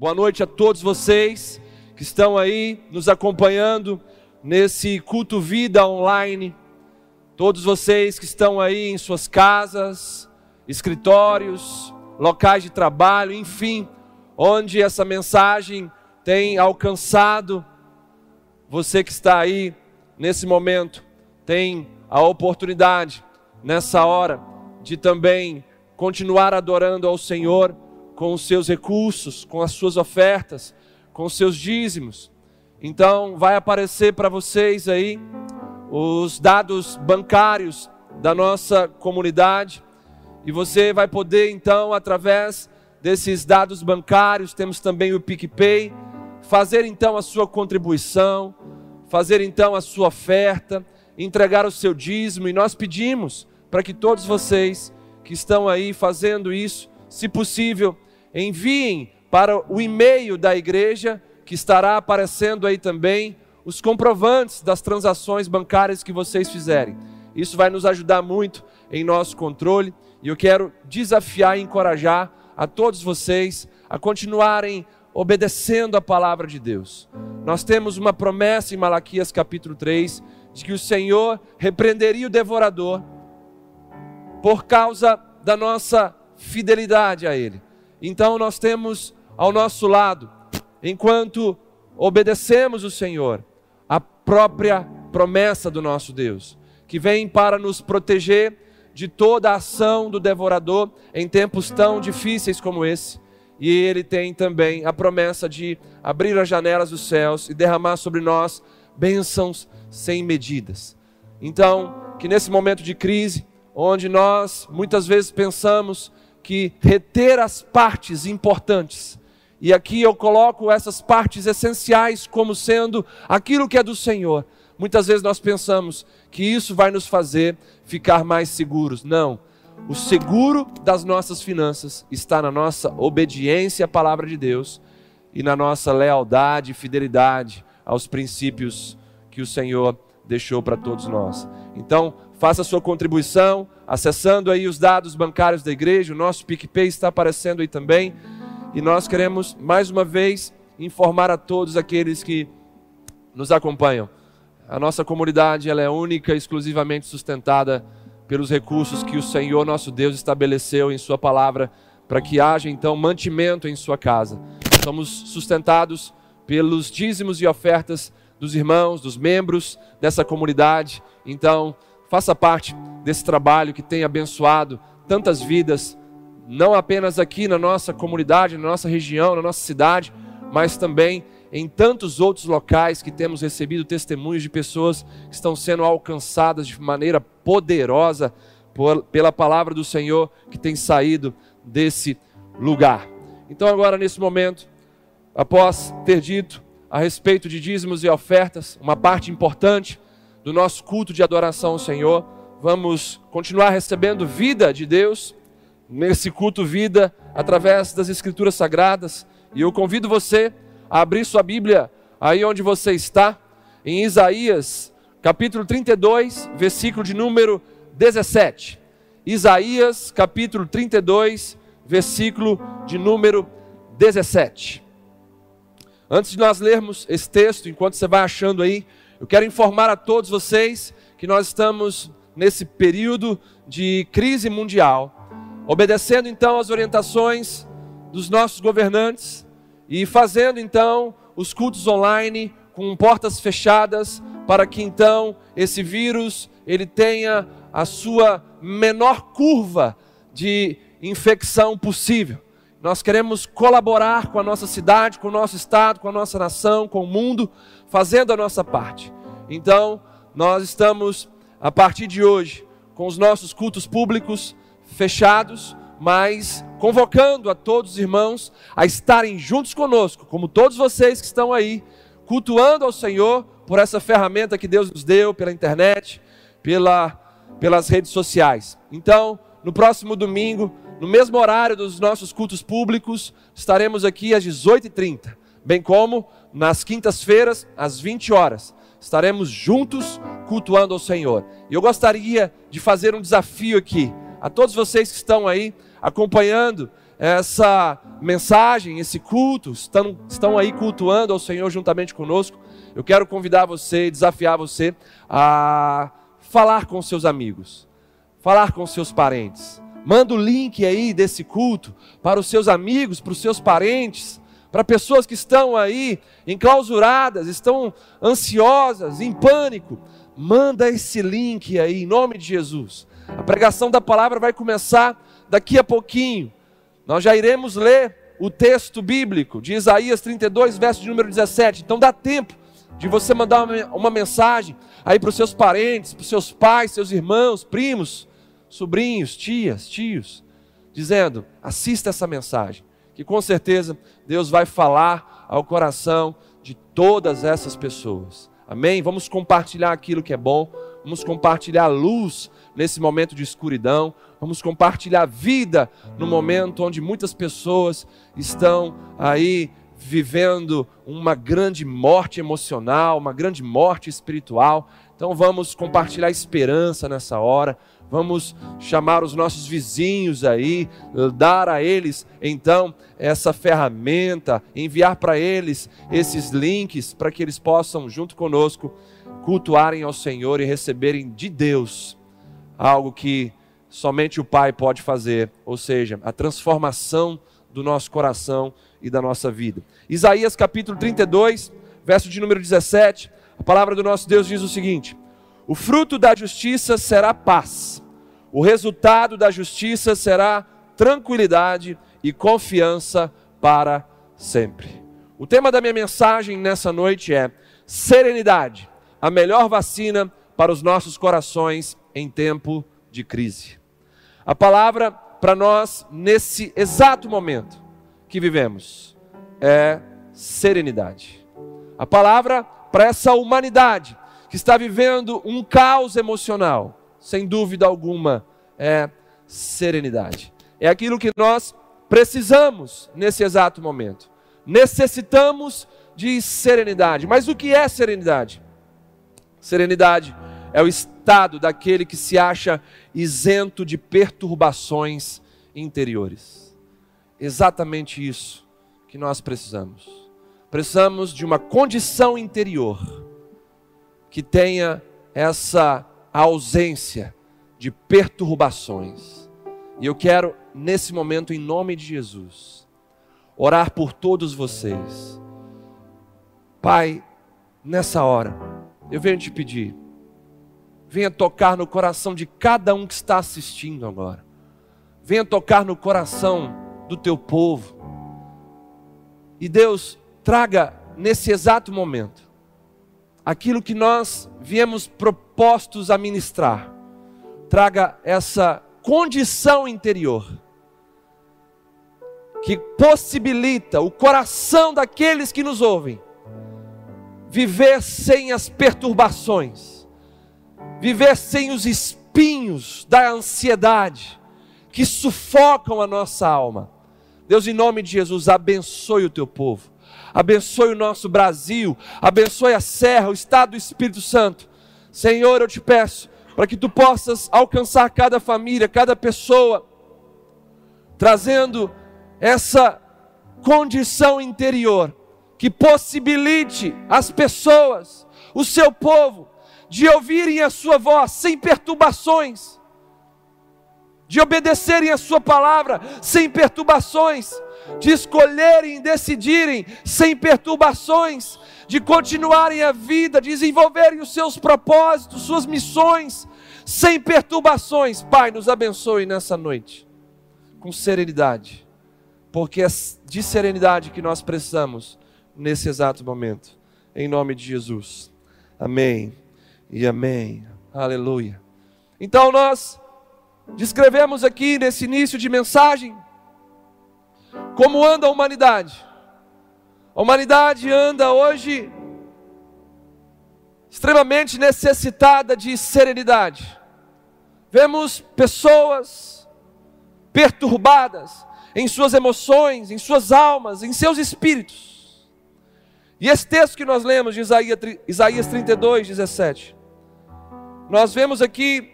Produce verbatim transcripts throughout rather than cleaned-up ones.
Boa noite a todos vocês que estão aí nos acompanhando nesse culto vida online. Todos vocês que estão aí em suas casas, escritórios, locais de trabalho, enfim, onde essa mensagem tem alcançado. Você que está aí nesse momento tem a oportunidade nessa hora de também continuar adorando ao Senhor com os seus recursos, com as suas ofertas, com os seus dízimos. Então vai aparecer para vocês aí os dados bancários da nossa comunidade e você vai poder então, através desses dados bancários, temos também o PicPay, fazer então a sua contribuição, fazer então a sua oferta, entregar o seu dízimo, e nós pedimos para que todos vocês que estão aí fazendo isso, se possível, enviem para o e-mail da igreja, que estará aparecendo aí também, os comprovantes das transações bancárias que vocês fizerem. Isso vai nos ajudar muito em nosso controle, e eu quero desafiar e encorajar a todos vocês a continuarem obedecendo a palavra de Deus. Nós temos uma promessa em Malaquias capítulo três, de que o Senhor repreenderia o devorador por causa da nossa fidelidade a Ele. Então nós temos ao nosso lado, enquanto obedecemos o Senhor, a própria promessa do nosso Deus, que vem para nos proteger de toda a ação do devorador em tempos tão difíceis como esse. E Ele tem também a promessa de abrir as janelas dos céus e derramar sobre nós bênçãos sem medidas. Então, que nesse momento de crise, onde nós muitas vezes pensamos que reter as partes importantes, e aqui eu coloco essas partes essenciais como sendo aquilo que é do Senhor, muitas vezes nós pensamos que isso vai nos fazer ficar mais seguros. Não, o seguro das nossas finanças está na nossa obediência à palavra de Deus e na nossa lealdade e fidelidade aos princípios que o Senhor deixou para todos nós. Então, faça a sua contribuição, acessando aí os dados bancários da igreja. O nosso PicPay está aparecendo aí também. E nós queremos, mais uma vez, informar a todos aqueles que nos acompanham. A nossa comunidade ela é única e exclusivamente sustentada pelos recursos que o Senhor, nosso Deus, estabeleceu em sua palavra, para que haja, então, mantimento em sua casa. Somos sustentados pelos dízimos e ofertas dos irmãos, dos membros dessa comunidade. Então, faça parte desse trabalho que tem abençoado tantas vidas, não apenas aqui na nossa comunidade, na nossa região, na nossa cidade, mas também em tantos outros locais que temos recebido testemunhos de pessoas que estão sendo alcançadas de maneira poderosa por, pela palavra do Senhor que tem saído desse lugar. Então agora, nesse momento, após ter dito a respeito de dízimos e ofertas, uma parte importante do nosso culto de adoração ao Senhor, vamos continuar recebendo vida de Deus nesse culto vida através das Escrituras Sagradas. E eu convido você a abrir sua Bíblia aí onde você está, em Isaías capítulo trinta e dois, versículo de número dezessete. Isaías capítulo trinta e dois, versículo de número dezessete. Antes de nós lermos esse texto, enquanto você vai achando aí, eu quero informar a todos vocês que nós estamos nesse período de crise mundial, obedecendo então às orientações dos nossos governantes e fazendo então os cultos online com portas fechadas, para que então esse vírus ele tenha a sua menor curva de infecção possível. Nós queremos colaborar com a nossa cidade, com o nosso estado, com a nossa nação, com o mundo, fazendo a nossa parte. Então, nós estamos, a partir de hoje, com os nossos cultos públicos fechados, mas convocando a todos os irmãos a estarem juntos conosco, como todos vocês que estão aí, cultuando ao Senhor por essa ferramenta que Deus nos deu, pela internet, pela, pelas redes sociais. Então, no próximo domingo, no mesmo horário dos nossos cultos públicos, estaremos aqui às dezoito e trinta, bem como nas quintas-feiras, às vinte horas. Estaremos juntos cultuando ao Senhor. E eu gostaria de fazer um desafio aqui a todos vocês que estão aí acompanhando essa mensagem, esse culto, estão, estão aí cultuando ao Senhor juntamente conosco, eu quero convidar você, desafiar você a falar com seus amigos, falar com seus parentes. Manda o link aí desse culto para os seus amigos, para os seus parentes, para pessoas que estão aí enclausuradas, estão ansiosas, em pânico. Manda esse link aí, em nome de Jesus. A pregação da palavra vai começar daqui a pouquinho. Nós já iremos ler o texto bíblico de Isaías trinta e dois, verso de número dezessete. Então dá tempo de você mandar uma mensagem aí para os seus parentes, para os seus pais, seus irmãos, primos, sobrinhos, tias, tios, dizendo: assista essa mensagem, que com certeza Deus vai falar ao coração de todas essas pessoas. Amém? Vamos compartilhar aquilo que é bom, vamos compartilhar luz nesse momento de escuridão, vamos compartilhar vida no momento onde muitas pessoas estão aí vivendo uma grande morte emocional, uma grande morte espiritual. Então vamos compartilhar esperança nessa hora, vamos chamar os nossos vizinhos aí, dar a eles então essa ferramenta, enviar para eles esses links para que eles possam junto conosco cultuarem ao Senhor e receberem de Deus algo que somente o Pai pode fazer, ou seja, a transformação do nosso coração e da nossa vida. Isaías capítulo trinta e dois, verso de número dezessete, a palavra do nosso Deus diz o seguinte: o fruto da justiça será paz, o resultado da justiça será tranquilidade e confiança para sempre. O tema da minha mensagem nessa noite é serenidade, a melhor vacina para os nossos corações em tempo de crise. A palavra para nós nesse exato momento que vivemos é serenidade. A palavra para essa humanidade que está vivendo um caos emocional, sem dúvida alguma, é serenidade. É aquilo que nós precisamos nesse exato momento. Necessitamos de serenidade. Mas o que é serenidade? Serenidade é o estado daquele que se acha isento de perturbações interiores. Exatamente isso que nós precisamos. Precisamos de uma condição interior que tenha essa ausência de perturbações. E eu quero, nesse momento, em nome de Jesus, orar por todos vocês. Pai, nessa hora, eu venho te pedir, venha tocar no coração de cada um que está assistindo agora. Venha tocar no coração do teu povo. E Deus, traga nesse exato momento aquilo que nós viemos propostos a ministrar. Traga essa condição interior que possibilita o coração daqueles que nos ouvem viver sem as perturbações, viver sem os espinhos da ansiedade que sufocam a nossa alma. Deus, em nome de Jesus, abençoe o teu povo, abençoe o nosso Brasil, abençoe a Serra, o Estado do Espírito Santo. Senhor, eu te peço para que tu possas alcançar cada família, cada pessoa, trazendo essa condição interior que possibilite as pessoas, o seu povo, de ouvirem a sua voz sem perturbações, de obedecerem a sua palavra sem perturbações, de escolherem e decidirem sem perturbações, de continuarem a vida, de desenvolverem os seus propósitos, suas missões, sem perturbações. Pai, nos abençoe nessa noite, com serenidade, porque é de serenidade que nós precisamos nesse exato momento, em nome de Jesus. Amém e amém. Aleluia. Então nós descrevemos aqui nesse início de mensagem como anda a humanidade. A humanidade anda hoje extremamente necessitada de serenidade. Vemos pessoas perturbadas em suas emoções, em suas almas, em seus espíritos. E esse texto que nós lemos de Isaías trinta e dois, dezessete, nós vemos aqui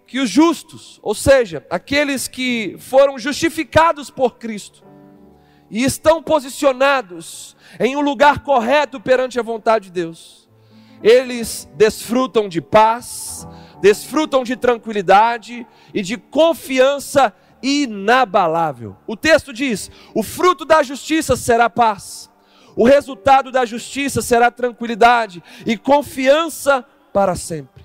que os justos, ou seja, aqueles que foram justificados por Cristo e estão posicionados em um lugar correto perante a vontade de Deus, eles desfrutam de paz, desfrutam de tranquilidade e de confiança inabalável. O texto diz: o fruto da justiça será paz, o resultado da justiça será tranquilidade e confiança para sempre.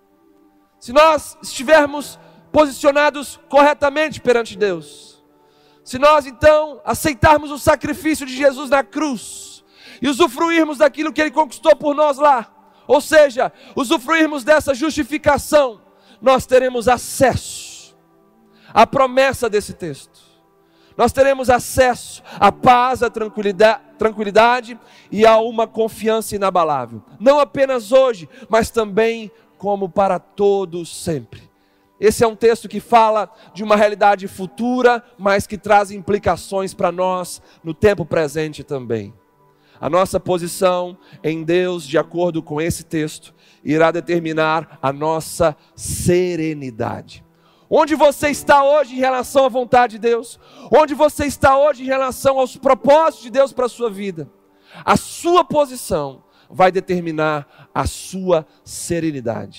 Se nós estivermos posicionados corretamente perante Deus, se nós então aceitarmos o sacrifício de Jesus na cruz e usufruirmos daquilo que Ele conquistou por nós lá, ou seja, usufruirmos dessa justificação, nós teremos acesso à promessa desse texto. Nós teremos acesso à paz, à tranquilidade, tranquilidade e a uma confiança inabalável. Não apenas hoje, mas também como para todos sempre. Esse é um texto que fala de uma realidade futura, mas que traz implicações para nós no tempo presente também. A nossa posição em Deus, de acordo com esse texto, irá determinar a nossa serenidade. Onde você está hoje em relação à vontade de Deus? Onde você está hoje em relação aos propósitos de Deus para a sua vida? A sua posição vai determinar a sua serenidade.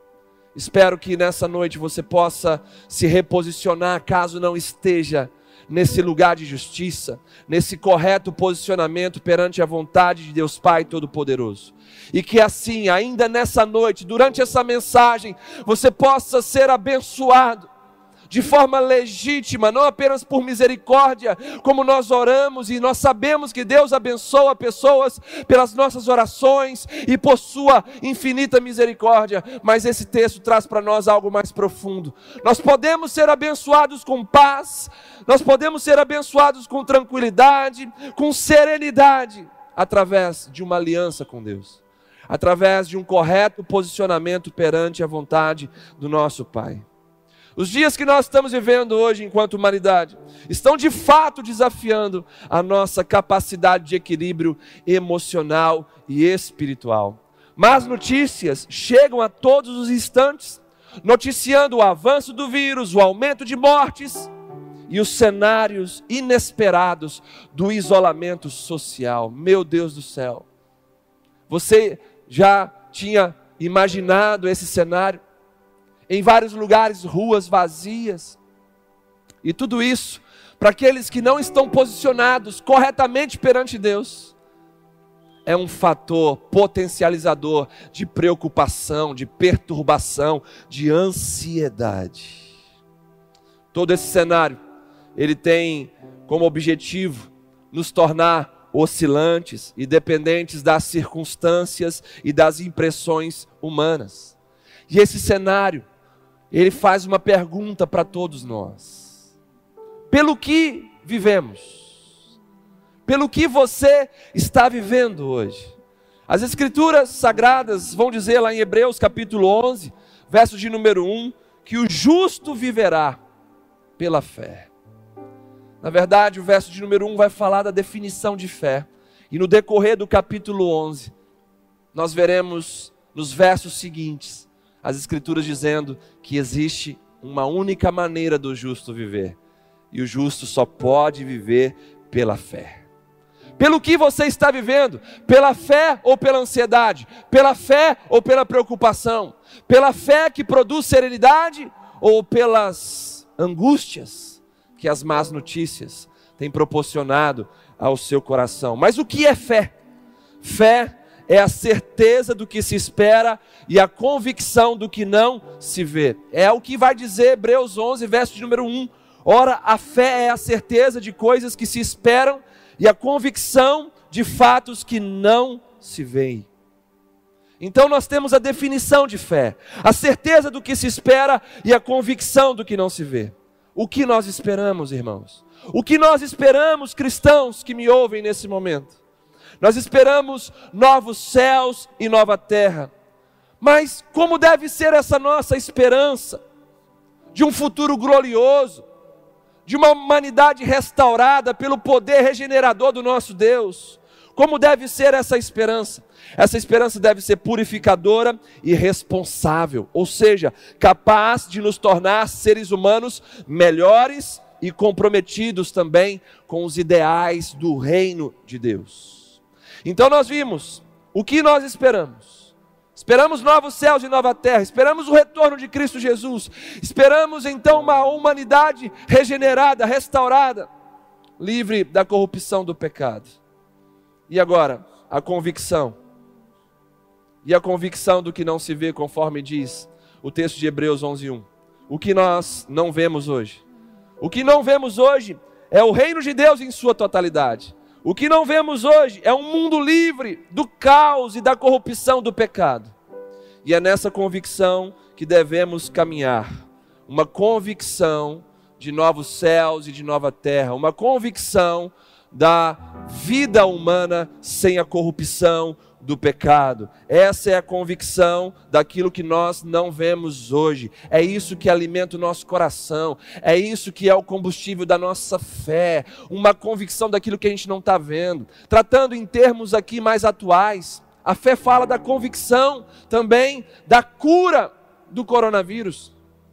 Espero que nessa noite você possa se reposicionar, caso não esteja nesse lugar de justiça, nesse correto posicionamento perante a vontade de Deus Pai Todo-Poderoso. E que assim, ainda nessa noite, durante essa mensagem, você possa ser abençoado de forma legítima, não apenas por misericórdia, como nós oramos e nós sabemos que Deus abençoa pessoas pelas nossas orações e por sua infinita misericórdia, mas esse texto traz para nós algo mais profundo. Nós podemos ser abençoados com paz, nós podemos ser abençoados com tranquilidade, com serenidade, através de uma aliança com Deus, através de um correto posicionamento perante a vontade do nosso Pai. Os dias que nós estamos vivendo hoje enquanto humanidade estão de fato desafiando a nossa capacidade de equilíbrio emocional e espiritual. Más notícias chegam a todos os instantes, noticiando o avanço do vírus, o aumento de mortes e os cenários inesperados do isolamento social. Meu Deus do céu! Você já tinha imaginado esse cenário? Em vários lugares, ruas vazias. E tudo isso, para aqueles que não estão posicionados corretamente perante Deus, é um fator potencializador de preocupação, de perturbação, de ansiedade. Todo esse cenário, ele tem como objetivo nos tornar oscilantes e dependentes das circunstâncias e das impressões humanas. E esse cenário, ele faz uma pergunta para todos nós: pelo que vivemos? Pelo que você está vivendo hoje? As Escrituras Sagradas vão dizer lá em Hebreus capítulo onze, verso de número um, que o justo viverá pela fé. Na verdade, o verso de número um vai falar da definição de fé. E no decorrer do capítulo onze, nós veremos nos versos seguintes as Escrituras dizendo que existe uma única maneira do justo viver. E o justo só pode viver pela fé. Pelo que você está vivendo? Pela fé ou pela ansiedade? Pela fé ou pela preocupação? Pela fé que produz serenidade ou pelas angústias que as más notícias têm proporcionado ao seu coração? Mas o que é fé? Fé é a certeza do que se espera e a convicção do que não se vê. É o que vai dizer Hebreus onze, verso de número um. Ora, a fé é a certeza de coisas que se esperam e a convicção de fatos que não se veem. Então nós temos a definição de fé, a certeza do que se espera e a convicção do que não se vê. O que nós esperamos, irmãos? O que nós esperamos, cristãos que me ouvem nesse momento? Nós esperamos novos céus e nova terra. Mas como deve ser essa nossa esperança? De um futuro glorioso, de uma humanidade restaurada pelo poder regenerador do nosso Deus. como deve ser essa esperança? Essa esperança deve ser purificadora e responsável, ou seja, capaz de nos tornar seres humanos melhores e comprometidos também com os ideais do reino de Deus. Então nós vimos o que nós esperamos. Esperamos novos céus e nova terra, esperamos o retorno de Cristo Jesus, esperamos então uma humanidade regenerada, restaurada, livre da corrupção do pecado. E agora, a convicção. E a convicção do que não se vê, conforme diz o texto de Hebreus onze, um. O que nós não vemos hoje. O que não vemos hoje é o reino de Deus em sua totalidade. O que não vemos hoje é um mundo livre do caos e da corrupção do pecado. E é nessa convicção que devemos caminhar. Uma convicção de novos céus e de nova terra. Uma convicção da vida humana sem a corrupção do pecado. Essa é a convicção daquilo que nós não vemos hoje. É isso que alimenta o nosso coração. É isso que é o combustível da nossa fé. Uma convicção daquilo que a gente não está vendo. Tratando em termos aqui mais atuais, a fé fala da convicção também da cura do coronavírus.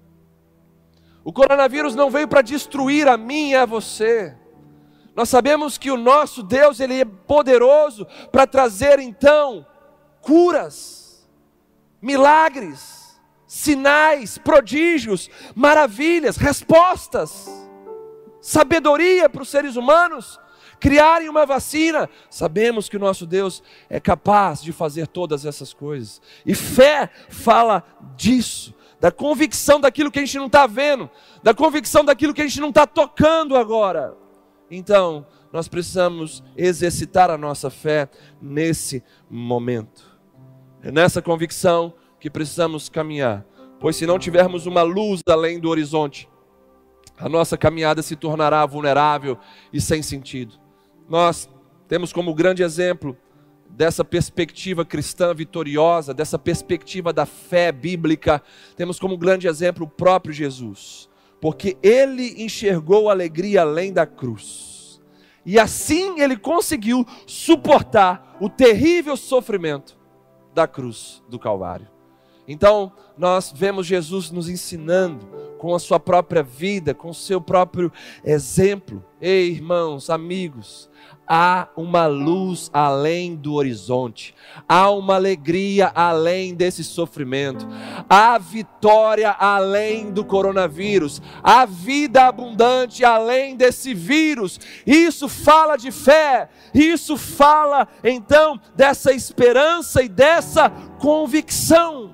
O coronavírus não veio para destruir a mim e a você. Nós sabemos que o nosso Deus, Ele é poderoso para trazer então curas, milagres, sinais, prodígios, maravilhas, respostas, sabedoria para os seres humanos criarem uma vacina. Sabemos que o nosso Deus é capaz de fazer todas essas coisas. E fé fala disso, da convicção daquilo que a gente não está vendo, da convicção daquilo que a gente não está tocando agora. Então, nós precisamos exercitar a nossa fé nesse momento. É nessa convicção que precisamos caminhar, pois se não tivermos uma luz além do horizonte, a nossa caminhada se tornará vulnerável e sem sentido. Nós temos como grande exemplo dessa perspectiva cristã vitoriosa, dessa perspectiva da fé bíblica, temos como grande exemplo o próprio Jesus. Porque Ele enxergou a alegria além da cruz. E assim Ele conseguiu suportar o terrível sofrimento da cruz do Calvário. Então, nós vemos Jesus nos ensinando com a sua própria vida, com o seu próprio exemplo. Ei, irmãos, amigos, há uma luz além do horizonte, há uma alegria além desse sofrimento, há vitória além do coronavírus, há vida abundante além desse vírus. Isso fala de fé, isso fala então dessa esperança e dessa convicção.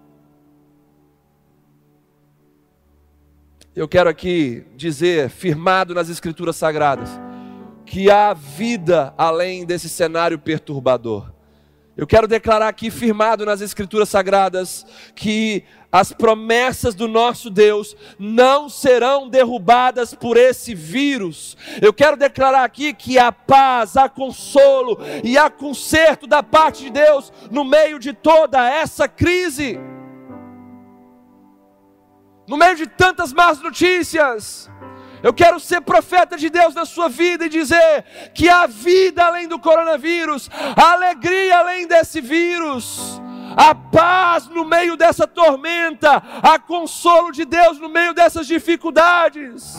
Eu quero aqui dizer, firmado nas Escrituras Sagradas, que há vida além desse cenário perturbador. Eu quero declarar aqui, firmado nas Escrituras Sagradas, que as promessas do nosso Deus não serão derrubadas por esse vírus. Eu quero declarar aqui que há paz, há consolo e há conserto da parte de Deus no meio de toda essa crise. No meio de tantas más notícias, eu quero ser profeta de Deus na sua vida e dizer que há vida além do coronavírus, há alegria além desse vírus, há paz no meio dessa tormenta, há consolo de Deus no meio dessas dificuldades.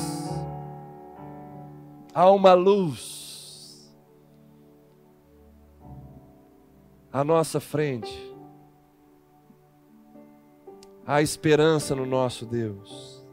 Há uma luz à nossa frente. Há esperança no nosso Deus.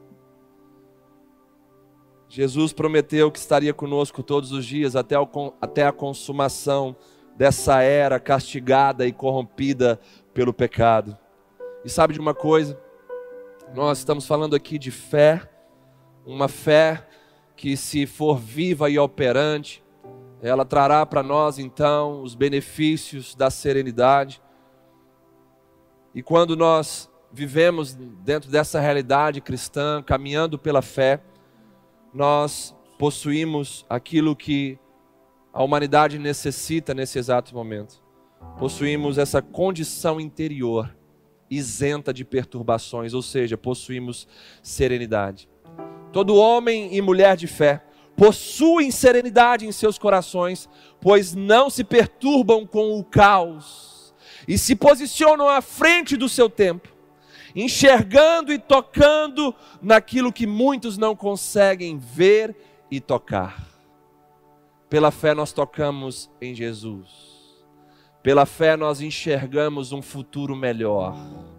Jesus prometeu que estaria conosco todos os dias até, o, até a consumação dessa era castigada e corrompida pelo pecado. E sabe de uma coisa? Nós estamos falando aqui de fé, uma fé que, se for viva e operante, ela trará para nós então os benefícios da serenidade. E quando nós vivemos dentro dessa realidade cristã, caminhando pela fé, nós possuímos aquilo que a humanidade necessita nesse exato momento. Possuímos essa condição interior, isenta de perturbações, ou seja, possuímos serenidade. Todo homem e mulher de fé possuem serenidade em seus corações, pois não se perturbam com o caos e se posicionam à frente do seu tempo, enxergando e tocando naquilo que muitos não conseguem ver e tocar. Pela fé nós tocamos em Jesus. Pela fé nós enxergamos um futuro melhor.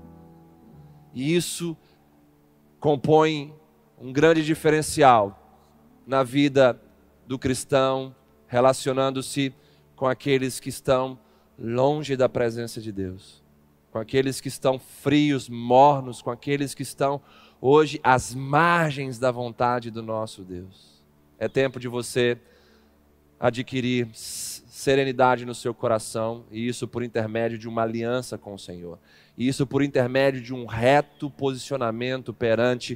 E isso compõe um grande diferencial na vida do cristão, relacionando-se com aqueles que estão longe da presença de Deus, com aqueles que estão frios, mornos, com aqueles que estão hoje às margens da vontade do nosso Deus. É tempo de você adquirir serenidade no seu coração, e isso por intermédio de uma aliança com o Senhor, e isso por intermédio de um reto posicionamento perante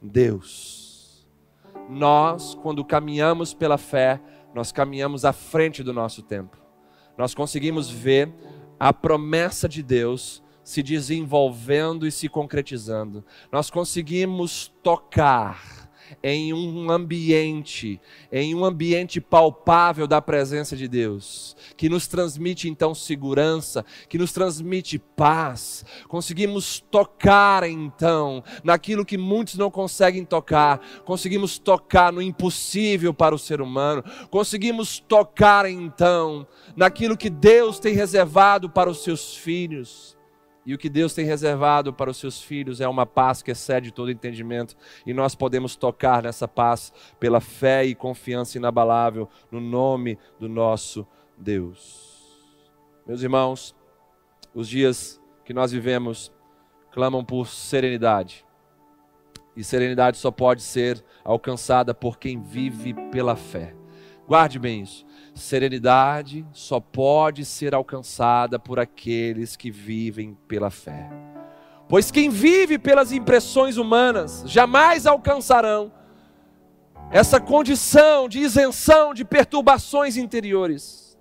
Deus. Nós, quando caminhamos pela fé, nós caminhamos à frente do nosso tempo. Nós conseguimos ver a promessa de Deus se desenvolvendo e se concretizando. Nós conseguimos tocar em um ambiente, em um ambiente palpável da presença de Deus, que nos transmite então segurança, que nos transmite paz. Conseguimos tocar então naquilo que muitos não conseguem tocar, conseguimos tocar no impossível para o ser humano, conseguimos tocar então naquilo que Deus tem reservado para os seus filhos. E o que Deus tem reservado para os seus filhos é uma paz que excede todo entendimento. E nós podemos tocar nessa paz pela fé e confiança inabalável no nome do nosso Deus. Meus irmãos, os dias que nós vivemos clamam por serenidade. E serenidade só pode ser alcançada por quem vive pela fé. Guarde bem isso. Serenidade só pode ser alcançada por aqueles que vivem pela fé. Pois quem vive pelas impressões humanas jamais alcançarão essa condição de isenção de perturbações interiores.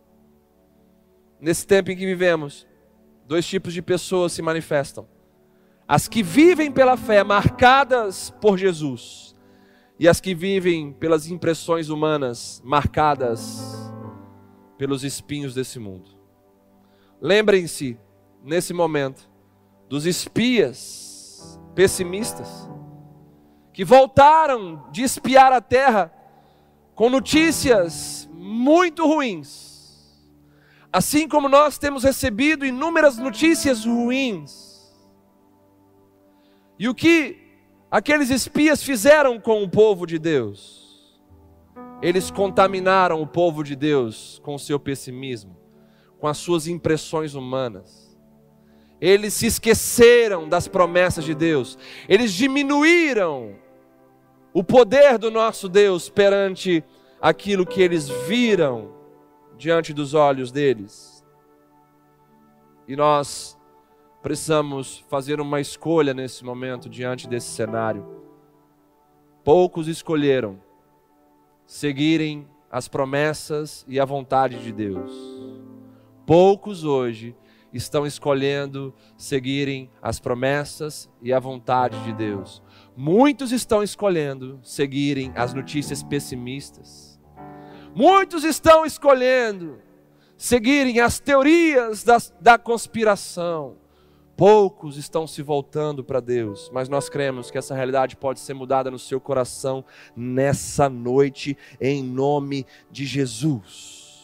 Nesse tempo em que vivemos, dois tipos de pessoas se manifestam: as que vivem pela fé, marcadas por Jesus, e as que vivem pelas impressões humanas, marcadas pelos espinhos desse mundo. Lembrem-se, nesse momento, dos espias pessimistas, que voltaram de espiar a terra com notícias muito ruins. Assim como nós temos recebido inúmeras notícias ruins. E o que aqueles espias fizeram com o povo de Deus? Eles contaminaram o povo de Deus com o seu pessimismo, com as suas impressões humanas. Eles se esqueceram das promessas de Deus. Eles diminuíram o poder do nosso Deus perante aquilo que eles viram diante dos olhos deles. E nós precisamos fazer uma escolha nesse momento, diante desse cenário. Poucos escolheram seguirem as promessas e a vontade de Deus. Poucos hoje estão escolhendo seguirem as promessas e a vontade de Deus. Muitos estão escolhendo seguirem as notícias pessimistas. Muitos estão escolhendo seguirem as teorias da, da conspiração. Poucos estão se voltando para Deus, mas nós cremos que essa realidade pode ser mudada no seu coração nessa noite, em nome de Jesus.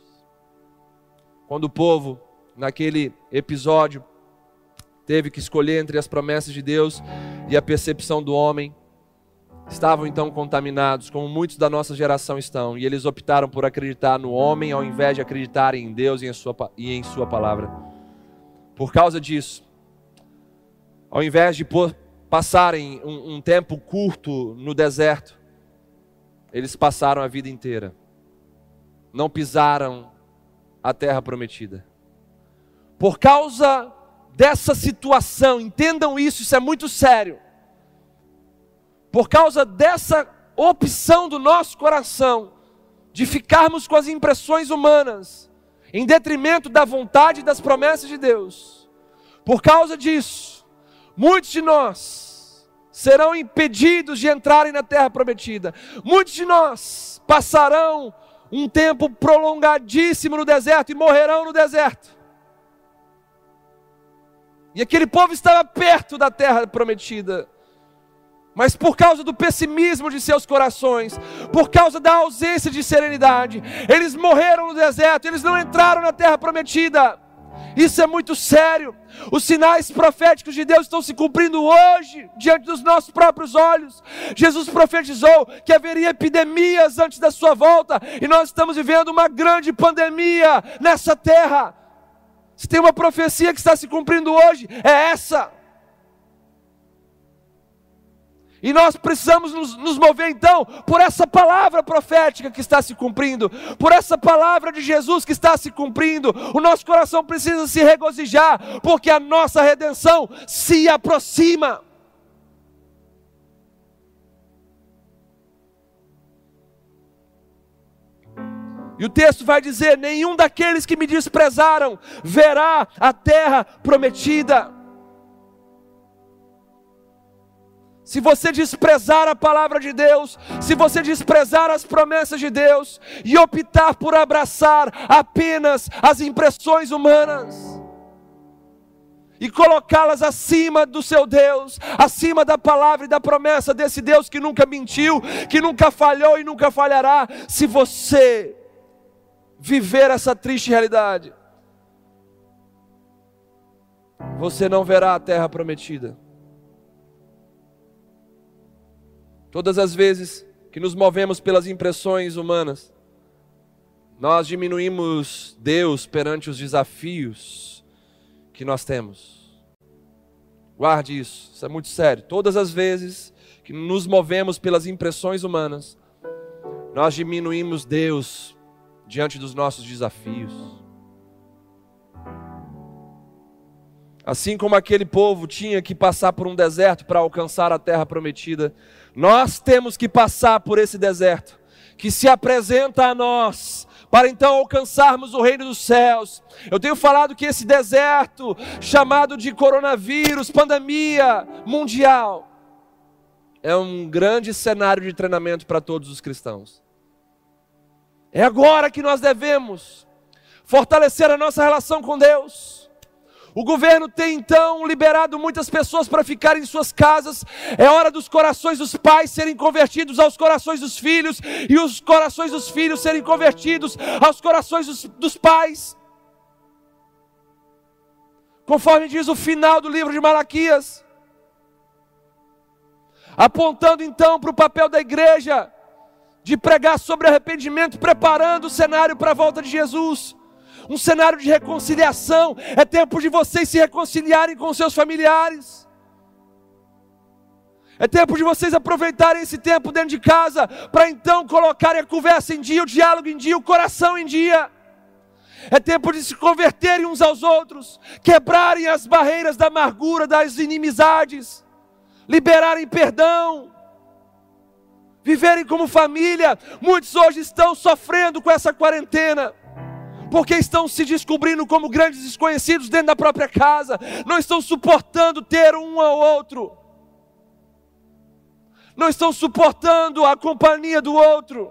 Quando o povo, naquele episódio, teve que escolher entre as promessas de Deus e a percepção do homem, estavam então contaminados, como muitos da nossa geração estão, e eles optaram por acreditar no homem ao invés de acreditarem em Deus e em sua, e em sua palavra. Por causa disso, ao invés de passarem um, um tempo curto no deserto, eles passaram a vida inteira. Não pisaram a terra prometida. Por causa dessa situação, entendam isso, isso é muito sério. Por causa dessa opção do nosso coração, de ficarmos com as impressões humanas, em detrimento da vontade e das promessas de Deus. Por causa disso, muitos de nós serão impedidos de entrarem na terra prometida. Muitos de nós passarão um tempo prolongadíssimo no deserto e morrerão no deserto. E aquele povo estava perto da terra prometida, mas por causa do pessimismo de seus corações, por causa da ausência de serenidade, eles morreram no deserto, eles não entraram na terra prometida. Isso é muito sério. Os sinais proféticos de Deus estão se cumprindo hoje, diante dos nossos próprios olhos. Jesus profetizou que haveria epidemias antes da sua volta, e nós estamos vivendo uma grande pandemia nessa terra. Se tem uma profecia que está se cumprindo hoje, é essa. E nós precisamos nos, nos mover então por essa palavra profética que está se cumprindo, por essa palavra de Jesus que está se cumprindo. O nosso coração precisa se regozijar, porque a nossa redenção se aproxima. E o texto vai dizer: nenhum daqueles que me desprezaram verá a terra prometida. Se você desprezar a palavra de Deus, se você desprezar as promessas de Deus e optar por abraçar apenas as impressões humanas e colocá-las acima do seu Deus, acima da palavra e da promessa desse Deus que nunca mentiu, que nunca falhou e nunca falhará, se você viver essa triste realidade, você não verá a terra prometida. Todas as vezes que nos movemos pelas impressões humanas, nós diminuímos Deus perante os desafios que nós temos. Guarde isso, isso é muito sério. Todas as vezes que nos movemos pelas impressões humanas, nós diminuímos Deus diante dos nossos desafios. Assim como aquele povo tinha que passar por um deserto para alcançar a terra prometida, nós temos que passar por esse deserto, que se apresenta a nós, para então alcançarmos o reino dos céus. Eu tenho falado que esse deserto, chamado de coronavírus, pandemia mundial, é um grande cenário de treinamento para todos os cristãos. É agora que nós devemos fortalecer a nossa relação com Deus. O governo tem então liberado muitas pessoas para ficarem em suas casas. É hora dos corações dos pais serem convertidos aos corações dos filhos, e os corações dos filhos serem convertidos aos corações dos, dos pais. Conforme diz o final do livro de Malaquias, apontando então para o papel da igreja de pregar sobre arrependimento, preparando o cenário para a volta de Jesus. Um cenário de reconciliação. É tempo de vocês se reconciliarem com seus familiares. É tempo de vocês aproveitarem esse tempo dentro de casa para então colocarem a conversa em dia, o diálogo em dia, o coração em dia. É tempo de se converterem uns aos outros, quebrarem as barreiras da amargura, das inimizades, liberarem perdão, viverem como família. Muitos hoje estão sofrendo com essa quarentena, porque estão se descobrindo como grandes desconhecidos dentro da própria casa, não estão suportando ter um ao outro, não estão suportando a companhia do outro.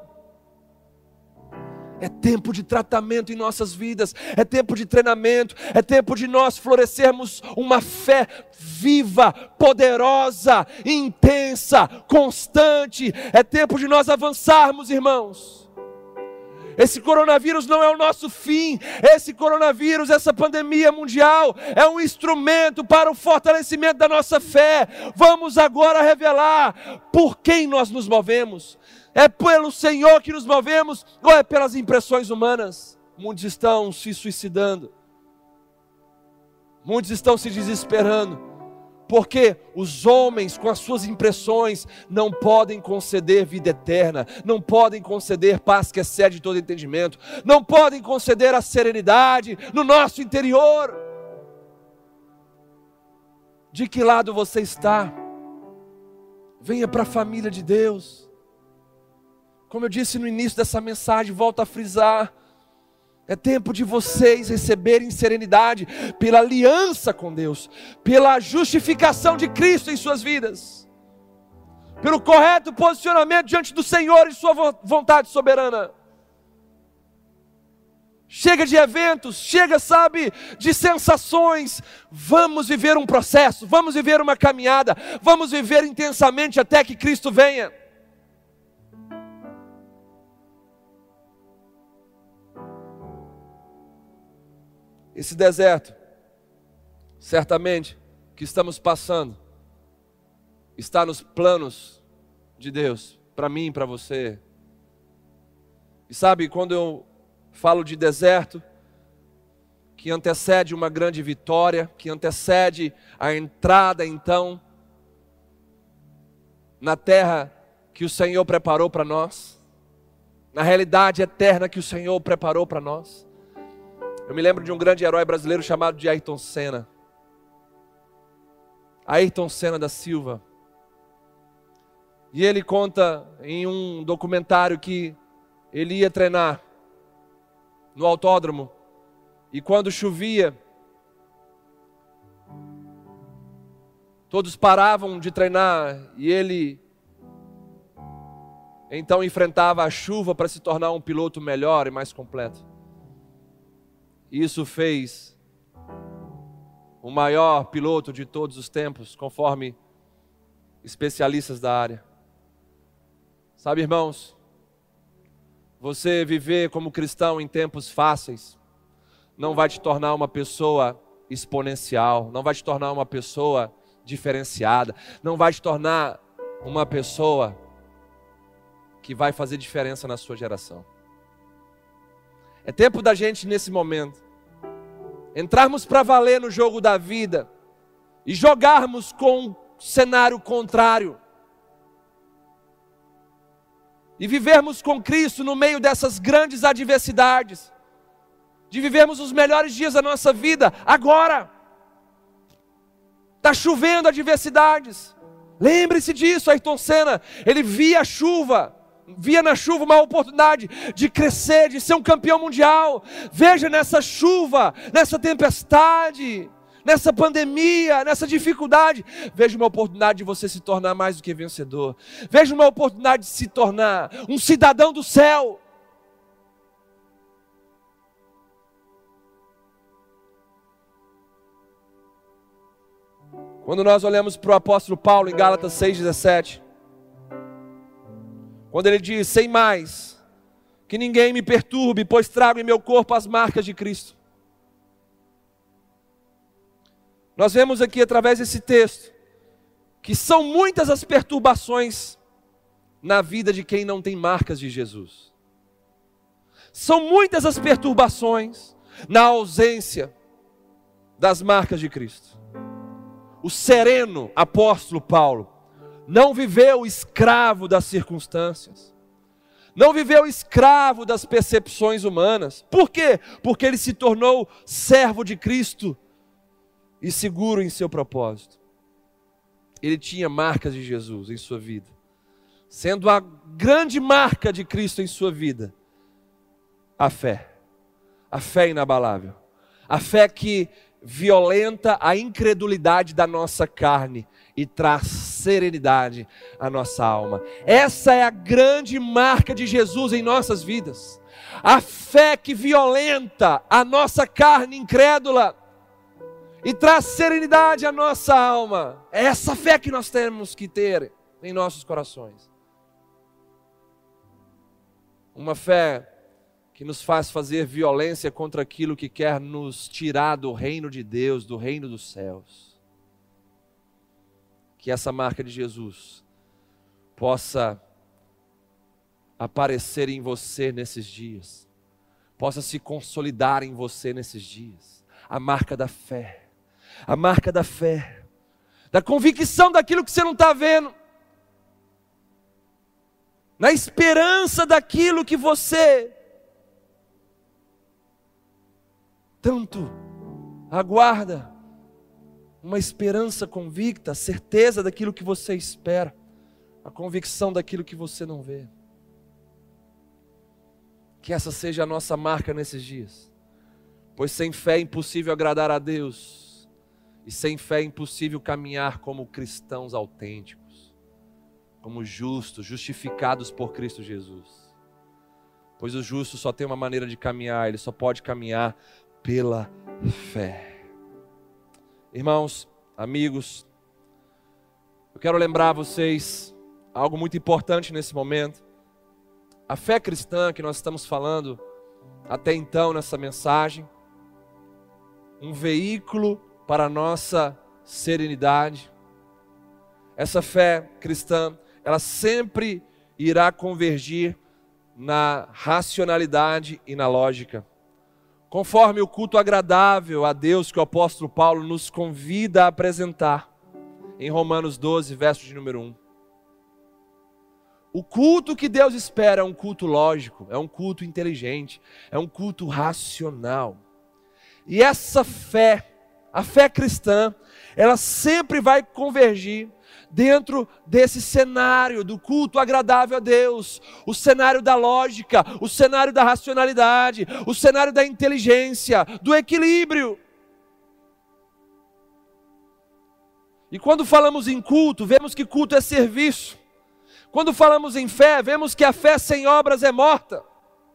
É tempo de tratamento em nossas vidas, é tempo de treinamento, é tempo de nós florescermos uma fé viva, poderosa, intensa, constante. É tempo de nós avançarmos, irmãos. Esse coronavírus não é o nosso fim. Esse coronavírus, essa pandemia mundial, é um instrumento para o fortalecimento da nossa fé. Vamos agora revelar por quem nós nos movemos. É pelo Senhor que nos movemos, ou é pelas impressões humanas? Muitos estão se suicidando, muitos estão se desesperando, porque os homens com as suas impressões não podem conceder vida eterna, não podem conceder paz que excede todo entendimento, não podem conceder a serenidade no nosso interior. De que lado você está? Venha para a família de Deus. Como eu disse no início dessa mensagem, volto a frisar, é tempo de vocês receberem serenidade pela aliança com Deus, pela justificação de Cristo em suas vidas. pelo correto posicionamento diante do Senhor e sua vontade soberana. Chega de eventos, chega, sabe, de sensações. Vamos viver um processo, vamos viver uma caminhada, vamos viver intensamente até que Cristo venha. Esse deserto, certamente, que estamos passando, está nos planos de Deus, para mim e para você. E sabe, quando eu falo de deserto, que antecede uma grande vitória, que antecede a entrada, então, na terra que o Senhor preparou para nós, na realidade eterna que o Senhor preparou para nós. Eu me lembro de um grande herói brasileiro chamado de Ayrton Senna. Ayrton Senna da Silva. E ele conta em um documentário que ele ia treinar no autódromo, e quando chovia, todos paravam de treinar, e ele então enfrentava a chuva para se tornar um piloto melhor e mais completo. Isso fez o maior piloto de todos os tempos, conforme especialistas da área. Sabe, irmãos, você viver como cristão em tempos fáceis não vai te tornar uma pessoa exponencial, não vai te tornar uma pessoa diferenciada, não vai te tornar uma pessoa que vai fazer diferença na sua geração. É tempo da gente, nesse momento, entrarmos para valer no jogo da vida e jogarmos com um cenário contrário. E vivermos com Cristo no meio dessas grandes adversidades. De vivermos os melhores dias da nossa vida agora. Está chovendo adversidades. Lembre-se disso, Ayrton Senna. Ele via a chuva. Via na chuva uma oportunidade de crescer, de ser um campeão mundial. Veja nessa chuva, nessa tempestade, nessa pandemia, nessa dificuldade, veja uma oportunidade de você se tornar mais do que vencedor. Veja uma oportunidade de se tornar um cidadão do céu. Quando nós olhamos para o apóstolo Paulo em Gálatas seis, dezessete, quando ele diz: sem mais, que ninguém me perturbe, pois trago em meu corpo as marcas de Cristo. Nós vemos aqui através desse texto, que são muitas as perturbações na vida de quem não tem marcas de Jesus. São muitas as perturbações na ausência das marcas de Cristo. O sereno apóstolo Paulo não viveu escravo das circunstâncias, não viveu escravo das percepções humanas. Por quê? Porque ele se tornou servo de Cristo e seguro em seu propósito. Ele tinha marcas de Jesus em sua vida, sendo a grande marca de Cristo em sua vida a fé, a fé inabalável, a fé que violenta a incredulidade da nossa carne e traz serenidade à nossa alma. Essa é a grande marca de Jesus em nossas vidas. A fé que violenta a nossa carne incrédula e traz serenidade à nossa alma. É essa fé que nós temos que ter em nossos corações. Uma fé que nos faz fazer violência contra aquilo que quer nos tirar do reino de Deus, do reino dos céus. Que essa marca de Jesus possa aparecer em você nesses dias, possa se consolidar em você nesses dias. A marca da fé, a marca da fé, da convicção daquilo que você não está vendo, na esperança daquilo que você tanto aguarda, uma esperança convicta, a certeza daquilo que você espera, a convicção daquilo que você não vê. Que essa seja a nossa marca nesses dias, pois sem fé é impossível agradar a Deus, e sem fé é impossível caminhar como cristãos autênticos. como justos, justificados por Cristo Jesus. Pois o justo só tem uma maneira de caminhar, ele só pode caminhar pela fé. Irmãos, amigos, eu quero lembrar vocês algo muito importante nesse momento. A fé cristã que nós estamos falando até então nessa mensagem, um veículo para a nossa serenidade. Essa fé cristã, ela sempre irá convergir na racionalidade e na lógica. Conforme o culto agradável a Deus que o apóstolo Paulo nos convida a apresentar em Romanos doze, verso de número um. O culto que Deus espera é um culto lógico, é um culto inteligente, é um culto racional. E essa fé, a fé cristã, ela sempre vai convergir dentro desse cenário do culto agradável a Deus, o cenário da lógica, o cenário da racionalidade, o cenário da inteligência, do equilíbrio. E quando falamos em culto, vemos que culto é serviço. Quando falamos em fé, vemos que a fé sem obras é morta.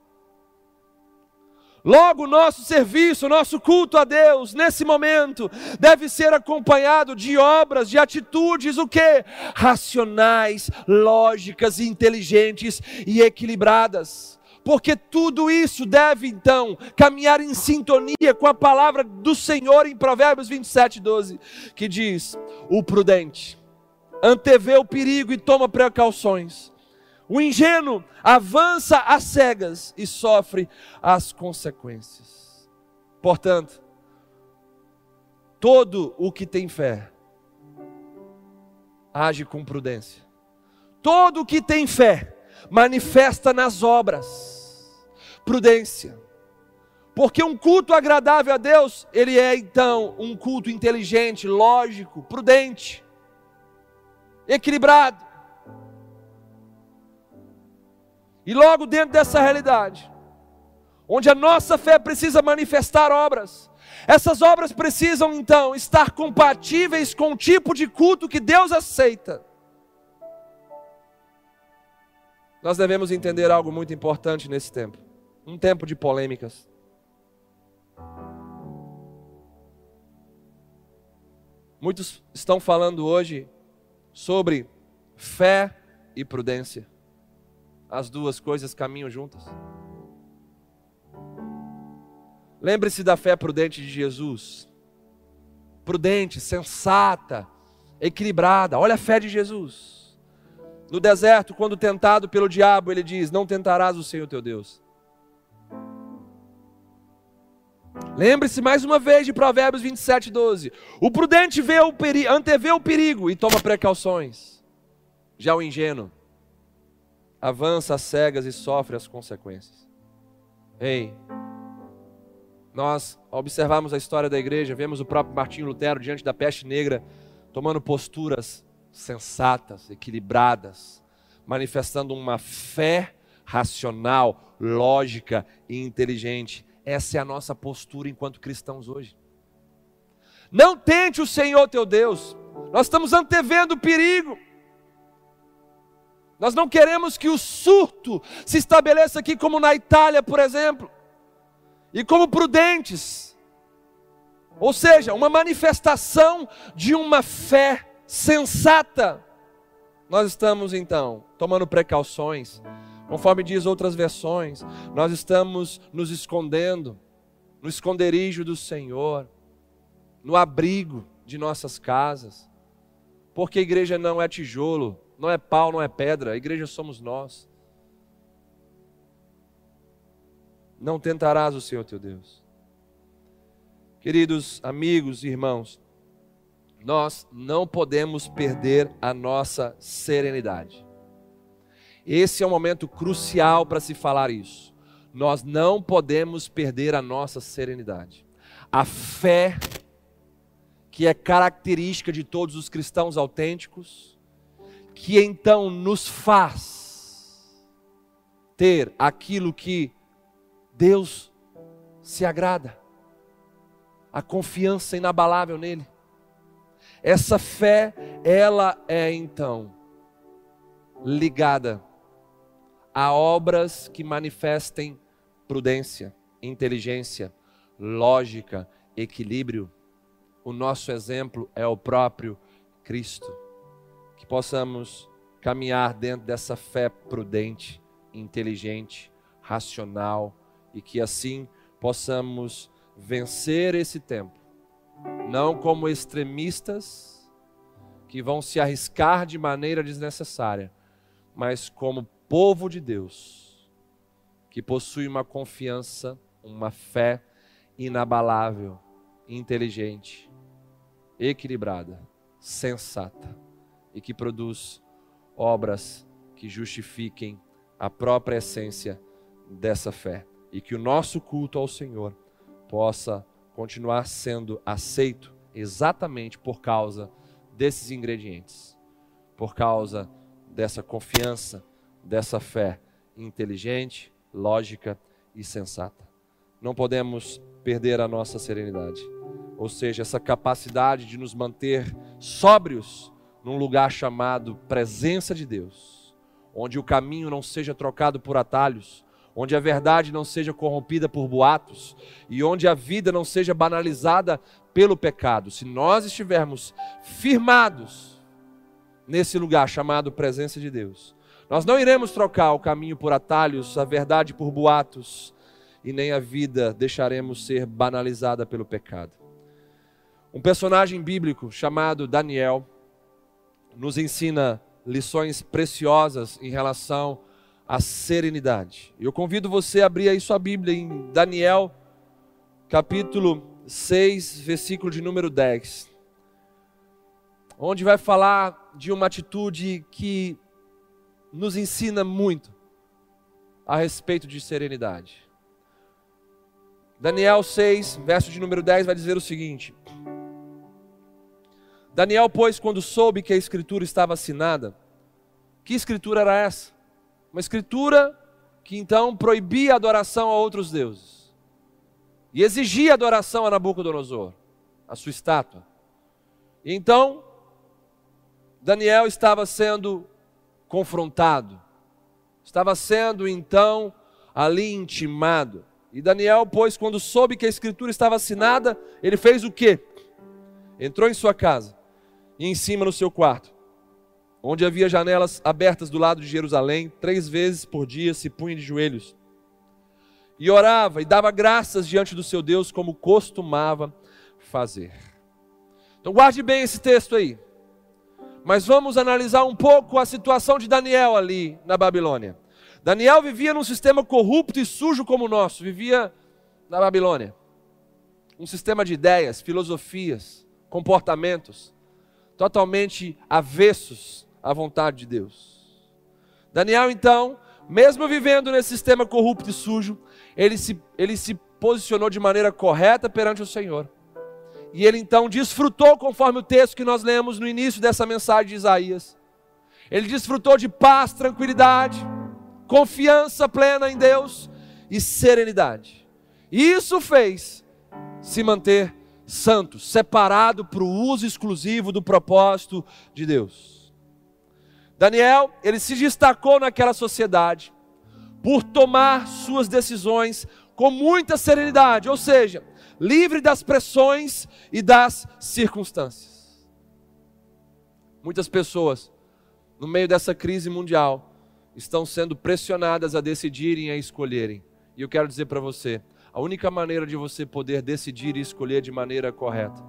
Logo, o nosso serviço, o nosso culto a Deus, nesse momento, deve ser acompanhado de obras, de atitudes, o quê? Racionais, lógicas, inteligentes e equilibradas. Porque tudo isso deve, então, caminhar em sintonia com a palavra do Senhor em Provérbios vinte e sete, doze, que diz: o prudente antevê o perigo e toma precauções. O ingênuo avança às cegas e sofre as consequências. Portanto, todo o que tem fé age com prudência. Todo o que tem fé manifesta nas obras prudência. Porque um culto agradável a Deus, ele é então um culto inteligente, lógico, prudente, equilibrado. E logo dentro dessa realidade, onde a nossa fé precisa manifestar obras, essas obras precisam então estar compatíveis com o tipo de culto que Deus aceita. Nós devemos entender algo muito importante nesse tempo, um tempo de polêmicas. Muitos estão falando hoje sobre fé e prudência. As duas coisas caminham juntas. Lembre-se da fé prudente de Jesus. Prudente, sensata, equilibrada. Olha a fé de Jesus. No deserto, quando tentado pelo diabo, ele diz: não tentarás o Senhor teu Deus. Lembre-se mais uma vez de Provérbios vinte e sete, doze. O prudente vê o peri- antevê o perigo e toma precauções. Já o ingênuo avança às cegas e sofre as consequências. Ei, nós, ao observarmos a história da igreja, vemos o próprio Martinho Lutero diante da peste negra, tomando posturas sensatas, equilibradas, manifestando uma fé racional, lógica e inteligente. Essa é a nossa postura enquanto cristãos hoje. Não tente o Senhor teu Deus. Nós estamos antevendo o perigo. Nós não queremos que o surto se estabeleça aqui como na Itália, por exemplo. E como prudentes. Ou seja, uma manifestação de uma fé sensata. Nós estamos então tomando precauções. Conforme diz outras versões, nós estamos nos escondendo no esconderijo do Senhor, no abrigo de nossas casas. Porque a igreja não é tijolo, não é pau, não é pedra, a igreja somos nós. Não tentarás o Senhor teu Deus. Queridos amigos e irmãos, nós não podemos perder a nossa serenidade. Esse é um momento crucial para se falar isso. Nós não podemos perder a nossa serenidade. A fé, que é característica de todos os cristãos autênticos, que então nos faz ter aquilo que Deus se agrada, a confiança inabalável nele. Essa fé, ela é então ligada a obras que manifestem prudência, inteligência, lógica, equilíbrio. O nosso exemplo é o próprio Cristo. Que possamos caminhar dentro dessa fé prudente, inteligente, racional, e que assim possamos vencer esse tempo, não como extremistas que vão se arriscar de maneira desnecessária, mas como povo de Deus, que possui uma confiança, uma fé inabalável, inteligente, equilibrada, sensata, e que produz obras que justifiquem a própria essência dessa fé. E que o nosso culto ao Senhor possa continuar sendo aceito exatamente por causa desses ingredientes, por causa dessa confiança, dessa fé inteligente, lógica e sensata. Não podemos perder a nossa serenidade, ou seja, essa capacidade de nos manter sóbrios num lugar chamado presença de Deus, onde o caminho não seja trocado por atalhos, onde a verdade não seja corrompida por boatos e onde a vida não seja banalizada pelo pecado. Se nós estivermos firmados nesse lugar chamado presença de Deus, nós não iremos trocar o caminho por atalhos, a verdade por boatos, e nem a vida deixaremos ser banalizada pelo pecado. Um personagem bíblico chamado Daniel nos ensina lições preciosas em relação à serenidade. Eu convido você a abrir aí sua Bíblia em Daniel, capítulo seis, versículo de número dez, onde vai falar de uma atitude que nos ensina muito a respeito de serenidade. Daniel seis, verso de número dez, vai dizer o seguinte: Daniel, pois, quando soube que a escritura estava assinada, que escritura era essa? Uma escritura que então proibia a adoração a outros deuses e exigia adoração a Nabucodonosor, a sua estátua. E então, Daniel estava sendo confrontado, estava sendo então ali intimado. E Daniel, pois, quando soube que a escritura estava assinada, ele fez o quê? Entrou em sua casa e em cima no seu quarto, onde havia janelas abertas do lado de Jerusalém, três vezes por dia se punha de joelhos e orava e dava graças diante do seu Deus, como costumava fazer. Então guarde bem esse texto aí, mas vamos analisar um pouco a situação de Daniel ali na Babilônia. Daniel vivia num sistema corrupto e sujo como o nosso, vivia na Babilônia. Um sistema de ideias, filosofias, comportamentos totalmente avessos à vontade de Deus. Daniel, então, mesmo vivendo nesse sistema corrupto e sujo, ele se, ele se posicionou de maneira correta perante o Senhor. E ele então desfrutou, conforme o texto que nós lemos no início dessa mensagem de Isaías, ele desfrutou de paz, tranquilidade, confiança plena em Deus e serenidade. E isso fez se manter santo, separado para o uso exclusivo do propósito de Deus. Daniel, ele se destacou naquela sociedade por tomar suas decisões com muita serenidade, ou seja, livre das pressões e das circunstâncias. Muitas pessoas, no meio dessa crise mundial, estão sendo pressionadas a decidirem e a escolherem. E eu quero dizer para você, a única maneira de você poder decidir e escolher de maneira correta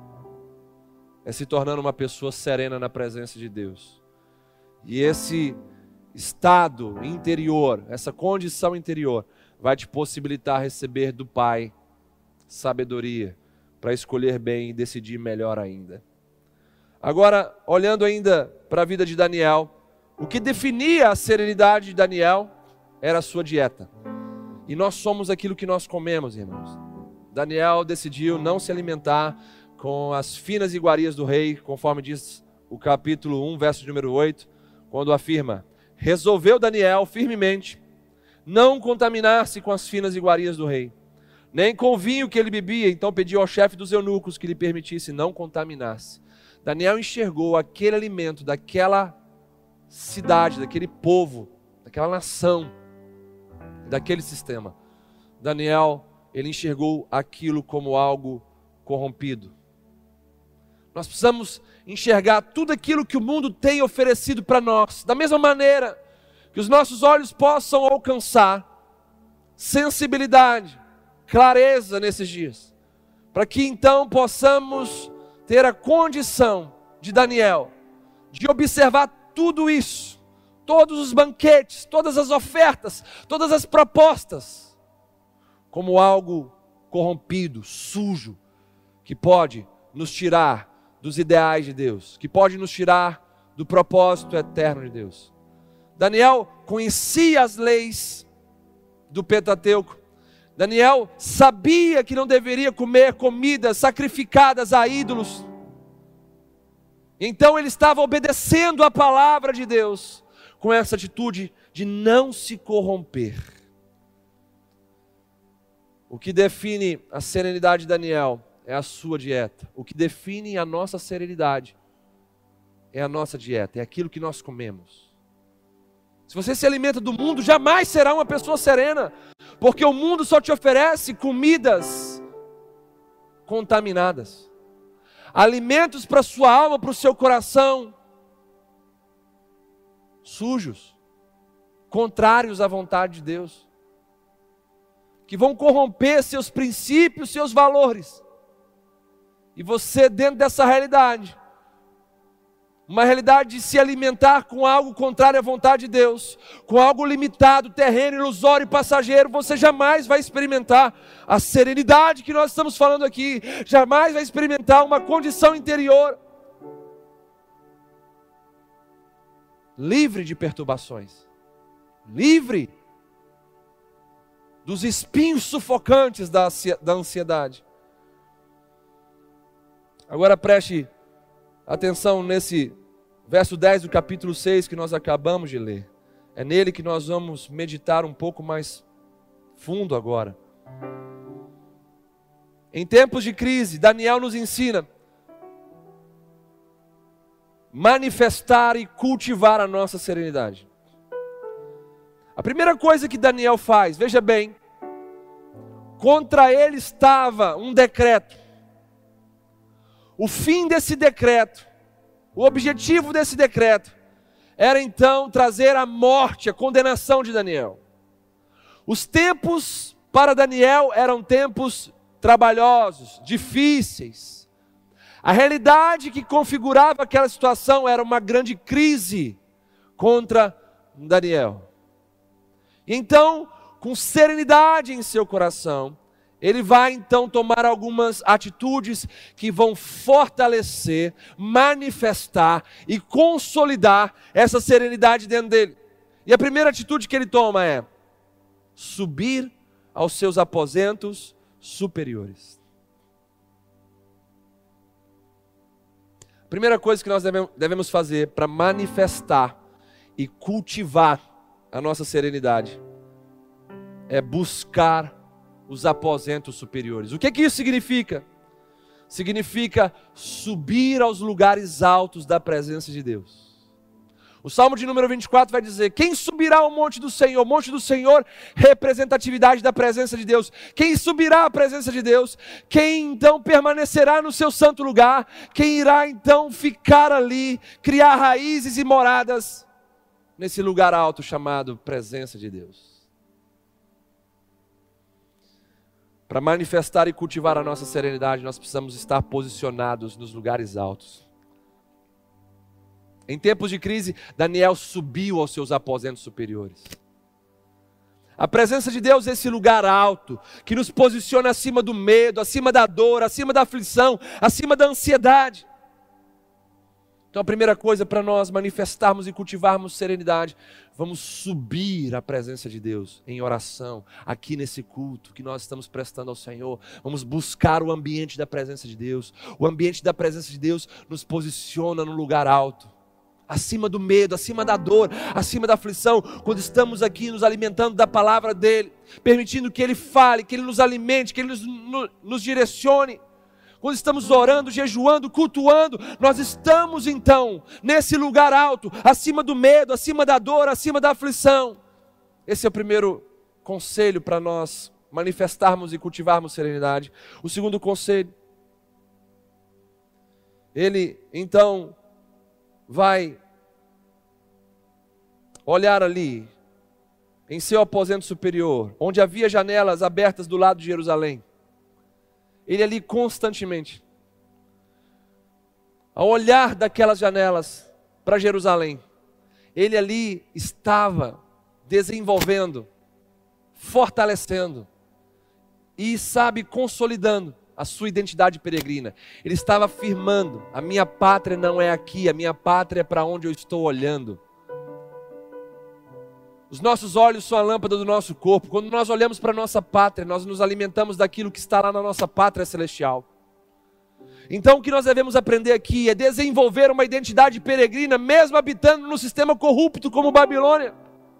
é se tornando uma pessoa serena na presença de Deus. E esse estado interior, essa condição interior, vai te possibilitar receber do Pai sabedoria para escolher bem e decidir melhor ainda. Agora, olhando ainda para a vida de Daniel, o que definia a serenidade de Daniel era a sua dieta. E nós somos aquilo que nós comemos, irmãos. Daniel decidiu não se alimentar com as finas iguarias do rei, conforme diz o capítulo um, verso número oito, quando afirma: resolveu Daniel firmemente não contaminar-se com as finas iguarias do rei, nem com o vinho que ele bebia, então pediu ao chefe dos eunucos que lhe permitisse não contaminar-se. Daniel enxergou aquele alimento daquela cidade, daquele povo, daquela nação, daquele sistema. Daniel, ele enxergou aquilo como algo corrompido. Nós precisamos enxergar tudo aquilo que o mundo tem oferecido para nós, da mesma maneira que os nossos olhos possam alcançar sensibilidade, clareza nesses dias, para que então possamos ter a condição de Daniel, de observar tudo isso, todos os banquetes, todas as ofertas, todas as propostas, como algo corrompido, sujo, que pode nos tirar dos ideais de Deus, que pode nos tirar do propósito eterno de Deus. Daniel conhecia as leis do Pentateuco. Daniel sabia que não deveria comer comidas sacrificadas a ídolos. Então ele estava obedecendo a palavra de Deus, com essa atitude de não se corromper. O que define a serenidade de Daniel é a sua dieta. O que define a nossa serenidade é a nossa dieta, é aquilo que nós comemos. Se você se alimenta do mundo, jamais será uma pessoa serena, porque o mundo só te oferece comidas contaminadas, alimentos para a sua alma, para o seu coração, sujos, contrários à vontade de Deus, que vão corromper seus princípios, seus valores. E você, dentro dessa realidade, uma realidade de se alimentar com algo contrário à vontade de Deus, com algo limitado, terreno, ilusório e passageiro, você jamais vai experimentar a serenidade que nós estamos falando aqui, jamais vai experimentar uma condição interior livre de perturbações, livre dos espinhos sufocantes da ansiedade. Agora preste atenção nesse verso dez do capítulo seis que nós acabamos de ler. É nele que nós vamos meditar um pouco mais fundo agora. Em tempos de crise, Daniel nos ensina manifestar e cultivar a nossa serenidade. A primeira coisa que Daniel faz, veja bem, contra ele estava um decreto. O fim desse decreto, o objetivo desse decreto, era então trazer a morte, a condenação de Daniel. Os tempos para Daniel eram tempos trabalhosos, difíceis. A realidade que configurava aquela situação era uma grande crise contra Daniel. E então, com serenidade em seu coração, ele vai então tomar algumas atitudes que vão fortalecer, manifestar e consolidar essa serenidade dentro dele. E a primeira atitude que ele toma é subir aos seus aposentos superiores. A primeira coisa que nós devemos fazer para manifestar e cultivar a nossa serenidade é buscar os aposentos superiores. O que que isso significa? Significa subir aos lugares altos da presença de Deus. O Salmo de número vinte e quatro vai dizer: quem subirá ao monte do Senhor? O monte do Senhor, representatividade da presença de Deus. Quem subirá à presença de Deus? Quem então permanecerá no seu santo lugar? Quem irá então ficar ali, criar raízes e moradas nesse lugar alto chamado presença de Deus? Para manifestar e cultivar a nossa serenidade, nós precisamos estar posicionados nos lugares altos. Em tempos de crise, Daniel subiu aos seus aposentos superiores. A presença de Deus é esse lugar alto, que nos posiciona acima do medo, acima da dor, acima da aflição, acima da ansiedade. Então a primeira coisa para nós manifestarmos e cultivarmos serenidade, vamos subir à presença de Deus em oração, aqui nesse culto que nós estamos prestando ao Senhor. Vamos buscar o ambiente da presença de Deus. O ambiente da presença de Deus nos posiciona no lugar alto, acima do medo, acima da dor, acima da aflição, quando estamos aqui nos alimentando da palavra dEle, permitindo que Ele fale, que Ele nos alimente, que Ele nos, no, nos direcione. quando estamos orando, jejuando, cultuando, nós estamos então nesse lugar alto, acima do medo, acima da dor, acima da aflição. Esse é o primeiro conselho para nós manifestarmos e cultivarmos serenidade. O segundo conselho, ele então vai olhar ali em seu aposento superior, onde havia janelas abertas do lado de Jerusalém. Ele ali constantemente, ao olhar daquelas janelas para Jerusalém, ele ali estava desenvolvendo, fortalecendo e, sabe, consolidando a sua identidade peregrina. Ele estava afirmando: a minha pátria não é aqui, a minha pátria é para onde eu estou olhando. Os nossos olhos são a lâmpada do nosso corpo. Quando nós olhamos para a nossa pátria, nós nos alimentamos daquilo que está lá na nossa pátria celestial. Então o que nós devemos aprender aqui é desenvolver uma identidade peregrina, mesmo habitando no sistema corrupto como Babilônia.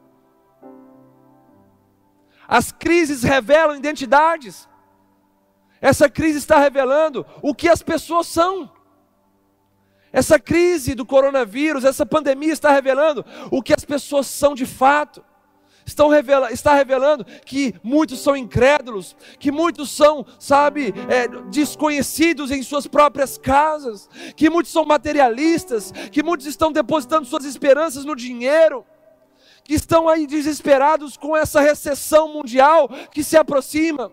As crises revelam identidades. Essa crise está revelando o que as pessoas são. Essa crise do coronavírus, essa pandemia está revelando o que as pessoas são de fato. Estão revela, está revelando que muitos são incrédulos, que muitos são, sabe, é, desconhecidos em suas próprias casas, que muitos são materialistas, que muitos estão depositando suas esperanças no dinheiro, que estão aí desesperados com essa recessão mundial que se aproxima.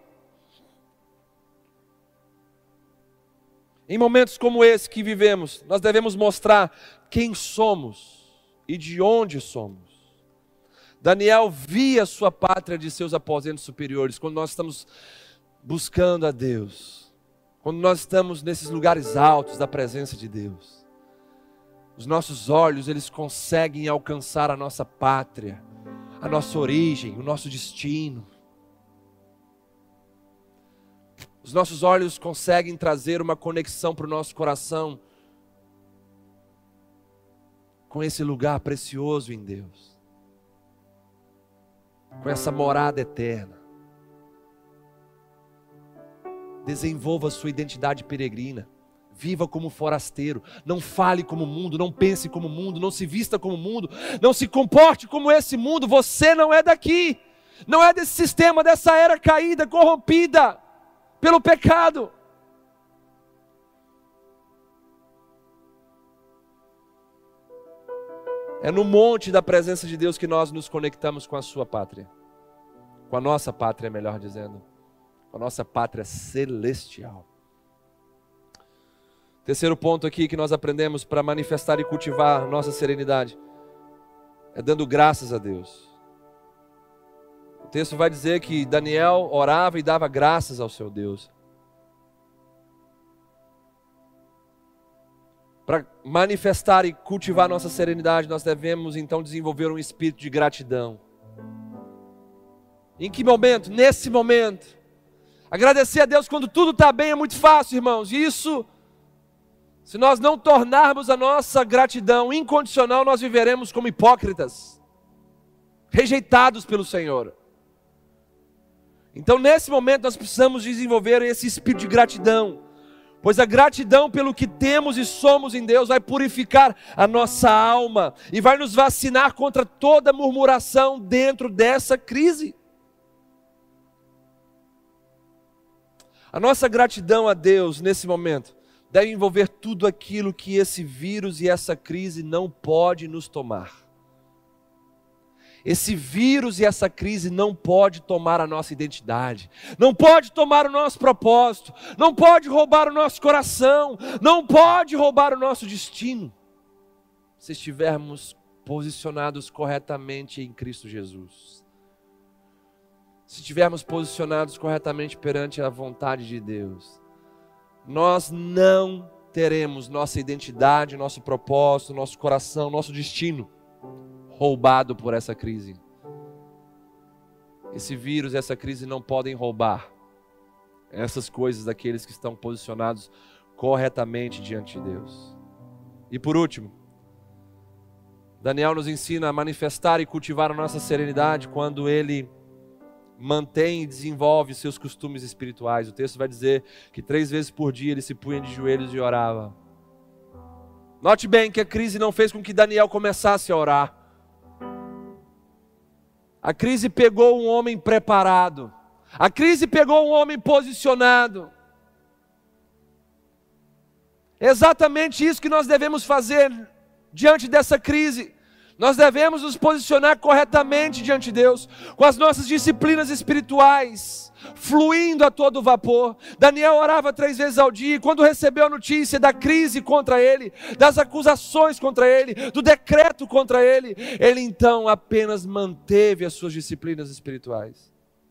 Em momentos como esse que vivemos, nós devemos mostrar quem somos e de onde somos. Daniel via sua pátria de seus aposentos superiores. Quando nós estamos buscando a Deus, quando nós estamos nesses lugares altos da presença de Deus, os nossos olhos, eles conseguem alcançar a nossa pátria, a nossa origem, o nosso destino. Os nossos olhos conseguem trazer uma conexão para o nosso coração com esse lugar precioso em Deus, com essa morada eterna. Desenvolva a sua identidade peregrina. Viva como forasteiro. Não fale como o mundo, não pense como o mundo, não se vista como o mundo, não se comporte como esse mundo. Você não é daqui, não é desse sistema, dessa era caída, corrompida pelo pecado. É no monte da presença de Deus que nós nos conectamos com a sua pátria, com a nossa pátria, melhor dizendo, com a nossa pátria celestial. Terceiro ponto aqui que nós aprendemos para manifestar e cultivar nossa serenidade é dando graças a Deus. O texto vai dizer que Daniel orava e dava graças ao seu Deus. Para manifestar e cultivar nossa serenidade, nós devemos então desenvolver um espírito de gratidão. Em que momento? Nesse momento. Agradecer a Deus quando tudo está bem é muito fácil, irmãos. E isso, se nós não tornarmos a nossa gratidão incondicional, nós viveremos como hipócritas, rejeitados pelo Senhor. Então nesse momento nós precisamos desenvolver esse espírito de gratidão, pois a gratidão pelo que temos e somos em Deus vai purificar a nossa alma e vai nos vacinar contra toda murmuração dentro dessa crise. A nossa gratidão a Deus nesse momento deve envolver tudo aquilo que esse vírus e essa crise não pode nos tomar. Esse vírus e essa crise não pode tomar a nossa identidade, não pode tomar o nosso propósito, não pode roubar o nosso coração, não pode roubar o nosso destino, se estivermos posicionados corretamente em Cristo Jesus. Se estivermos posicionados corretamente perante a vontade de Deus, nós não teremos nossa identidade, nosso propósito, nosso coração, nosso destino roubado por essa crise. Esse vírus e essa crise não podem roubar essas coisas daqueles que estão posicionados corretamente diante de Deus. E por último, Daniel nos ensina a manifestar e cultivar a nossa serenidade quando ele mantém e desenvolve os seus costumes espirituais. O texto vai dizer que três vezes por dia ele se punha de joelhos e orava. Note bem que a crise não fez com que Daniel começasse a orar. A crise pegou um homem preparado. A crise pegou um homem posicionado. É exatamente isso que nós devemos fazer diante dessa crise. Nós devemos nos posicionar corretamente diante de Deus, com as nossas disciplinas espirituais fluindo a todo vapor. Daniel orava três vezes ao dia, e quando recebeu a notícia da crise contra ele, das acusações contra ele, do decreto contra ele, ele então apenas manteve as suas disciplinas espirituais.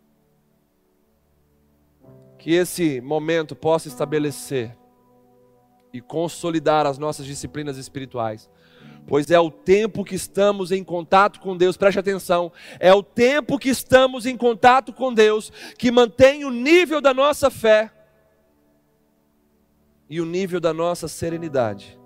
Que esse momento possa estabelecer e consolidar as nossas disciplinas espirituais, pois é o tempo que estamos em contato com Deus, preste atenção, é o tempo que estamos em contato com Deus que mantém o nível da nossa fé e o nível da nossa serenidade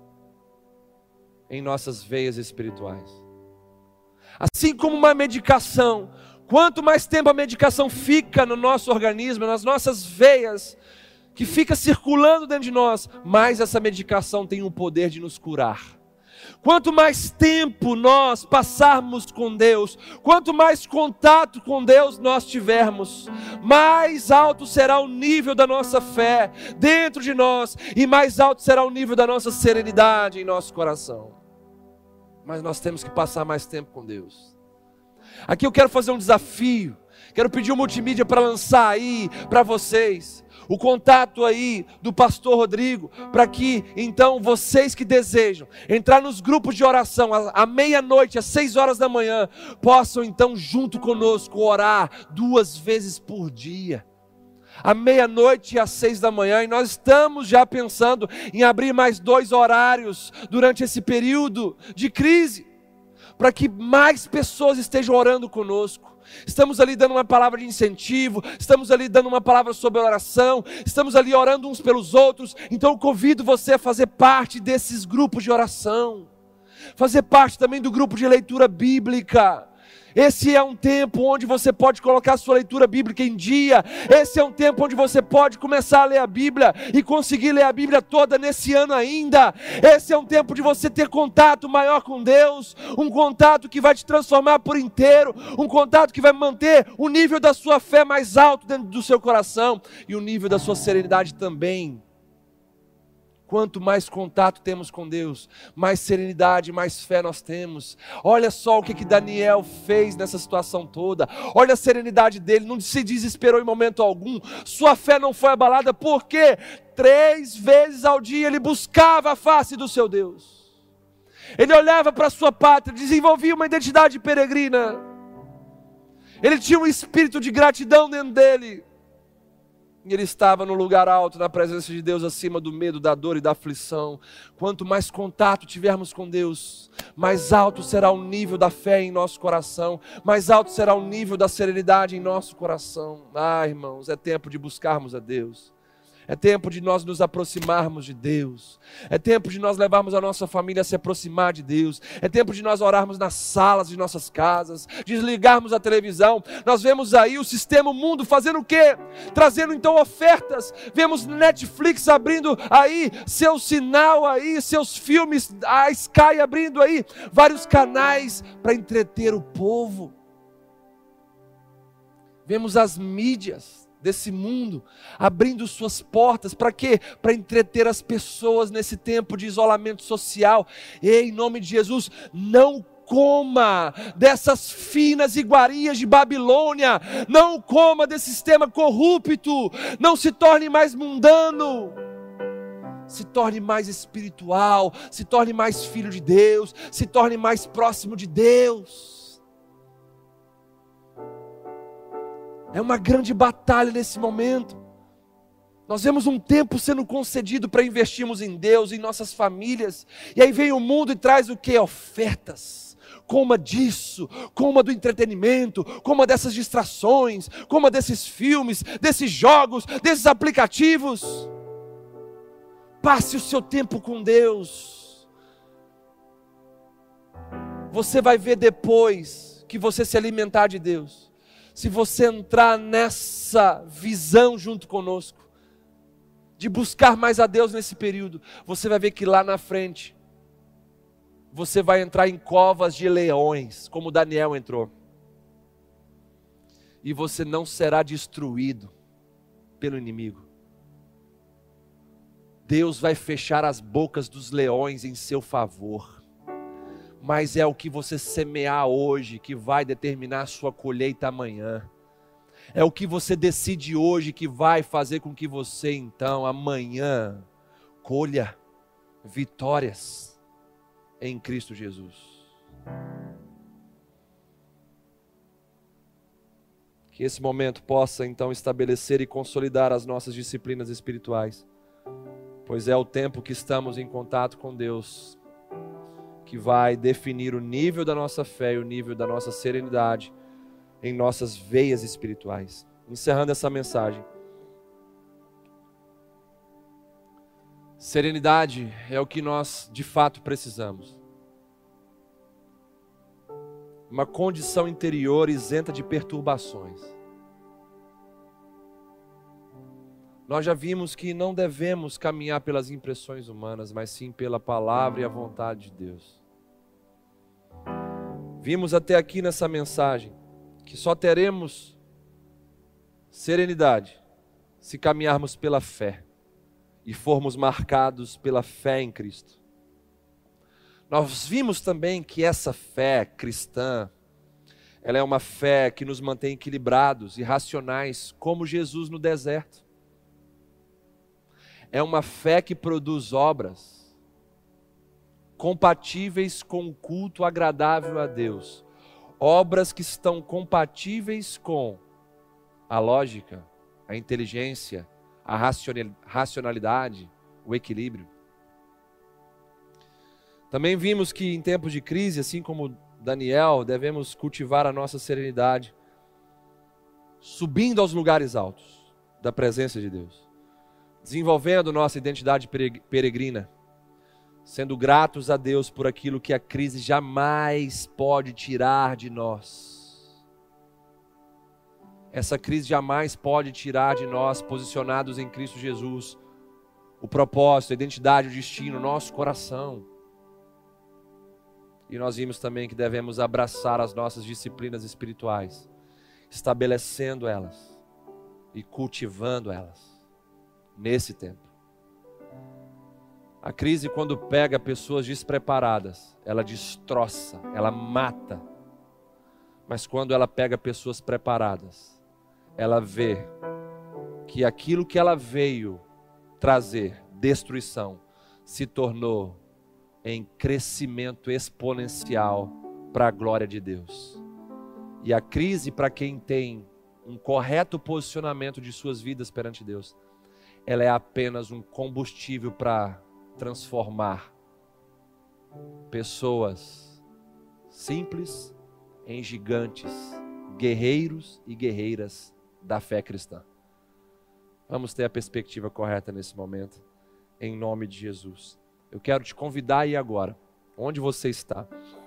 em nossas veias espirituais. Assim como uma medicação, quanto mais tempo a medicação fica no nosso organismo, nas nossas veias, que fica circulando dentro de nós, mais essa medicação tem o poder de nos curar. Quanto mais tempo nós passarmos com Deus, quanto mais contato com Deus nós tivermos, mais alto será o nível da nossa fé dentro de nós, e mais alto será o nível da nossa serenidade em nosso coração. Mas nós temos que passar mais tempo com Deus. Aqui eu quero fazer um desafio, quero pedir o multimídia para lançar aí para vocês o contato aí do pastor Rodrigo, para que então vocês que desejam entrar nos grupos de oração à meia-noite, às seis horas da manhã, possam então junto conosco orar duas vezes por dia, à meia-noite e às seis da manhã, e nós estamos já pensando em abrir mais dois horários durante esse período de crise, para que mais pessoas estejam orando conosco. Estamos ali dando uma palavra de incentivo, estamos ali dando uma palavra sobre oração, estamos ali orando uns pelos outros. Então eu convido você a fazer parte desses grupos de oração, fazer parte também do grupo de leitura bíblica. Esse é um tempo onde você pode colocar a sua leitura bíblica em dia. Esse é um tempo onde você pode começar a ler a Bíblia e conseguir ler a Bíblia toda nesse ano ainda. Esse é um tempo de você ter contato maior com Deus, um contato que vai te transformar por inteiro, um contato que vai manter o nível da sua fé mais alto dentro do seu coração e o nível da sua serenidade também. Quanto mais contato temos com Deus, mais serenidade, mais fé nós temos. Olha só o que, que Daniel fez nessa situação toda. Olha a serenidade dele, não se desesperou em momento algum. Sua fé não foi abalada, porque três vezes ao dia ele buscava a face do seu Deus. Ele olhava para a sua pátria, desenvolvia uma identidade peregrina. Ele tinha um espírito de gratidão dentro dele. E ele estava no lugar alto, na presença de Deus, acima do medo, da dor e da aflição. Quanto mais contato tivermos com Deus, mais alto será o nível da fé em nosso coração, mais alto será o nível da serenidade em nosso coração. Ah, irmãos, é tempo de buscarmos a Deus. É tempo de nós nos aproximarmos de Deus. É tempo de nós levarmos a nossa família a se aproximar de Deus. É tempo de nós orarmos nas salas de nossas casas, desligarmos a televisão. Nós vemos aí o sistema, o mundo fazendo o quê? Trazendo então ofertas. Vemos Netflix abrindo aí seu sinal aí, seus filmes, a Sky abrindo aí vários canais para entreter o povo. Vemos as mídias desse mundo abrindo suas portas, para quê? Para entreter as pessoas nesse tempo de isolamento social. E em nome de Jesus, não coma dessas finas iguarias de Babilônia, não coma desse sistema corrupto, não se torne mais mundano, se torne mais espiritual, se torne mais filho de Deus, se torne mais próximo de Deus. É uma grande batalha nesse momento. Nós vemos um tempo sendo concedido para investirmos em Deus, em nossas famílias. E aí vem o mundo e traz o que? Ofertas. Coma disso, coma do entretenimento, coma dessas distrações, coma desses filmes, desses jogos, desses aplicativos. Passe o seu tempo com Deus. Você vai ver depois que você se alimentar de Deus. Se você entrar nessa visão junto conosco, de buscar mais a Deus nesse período, você vai ver que lá na frente, você vai entrar em covas de leões, como Daniel entrou. E você não será destruído pelo inimigo. Deus vai fechar as bocas dos leões em seu favor. Mas é o que você semear hoje que vai determinar a sua colheita amanhã. É o que você decide hoje que vai fazer com que você então amanhã colha vitórias em Cristo Jesus. Que esse momento possa então estabelecer e consolidar as nossas disciplinas espirituais, pois é o tempo que estamos em contato com Deus que vai definir o nível da nossa fé e o nível da nossa serenidade em nossas veias espirituais. Encerrando essa mensagem. Serenidade é o que nós de fato precisamos. Uma condição interior isenta de perturbações. Nós já vimos que não devemos caminhar pelas impressões humanas, mas sim pela palavra e a vontade de Deus. Vimos até aqui nessa mensagem que só teremos serenidade se caminharmos pela fé e formos marcados pela fé em Cristo. Nós vimos também que essa fé cristã, ela é uma fé que nos mantém equilibrados e racionais, como Jesus no deserto. É uma fé que produz obras compatíveis com o culto agradável a Deus. Obras que estão compatíveis com a lógica, a inteligência, a racionalidade, o equilíbrio. Também vimos que em tempos de crise, assim como Daniel, devemos cultivar a nossa serenidade, subindo aos lugares altos da presença de Deus, desenvolvendo nossa identidade peregrina, sendo gratos a Deus por aquilo que a crise jamais pode tirar de nós. Essa crise jamais pode tirar de nós, posicionados em Cristo Jesus, o propósito, a identidade, o destino, o nosso coração. E nós vimos também que devemos abraçar as nossas disciplinas espirituais, estabelecendo elas e cultivando elas nesse tempo. A crise, quando pega pessoas despreparadas, ela destroça, ela mata. Mas quando ela pega pessoas preparadas, ela vê que aquilo que ela veio trazer, destruição, se tornou em crescimento exponencial para a glória de Deus. E a crise, para quem tem um correto posicionamento de suas vidas perante Deus, ela é apenas um combustível para transformar pessoas simples em gigantes, guerreiros e guerreiras da fé cristã. Vamos ter a perspectiva correta nesse momento, em nome de Jesus. Eu quero te convidar aí agora, onde você está,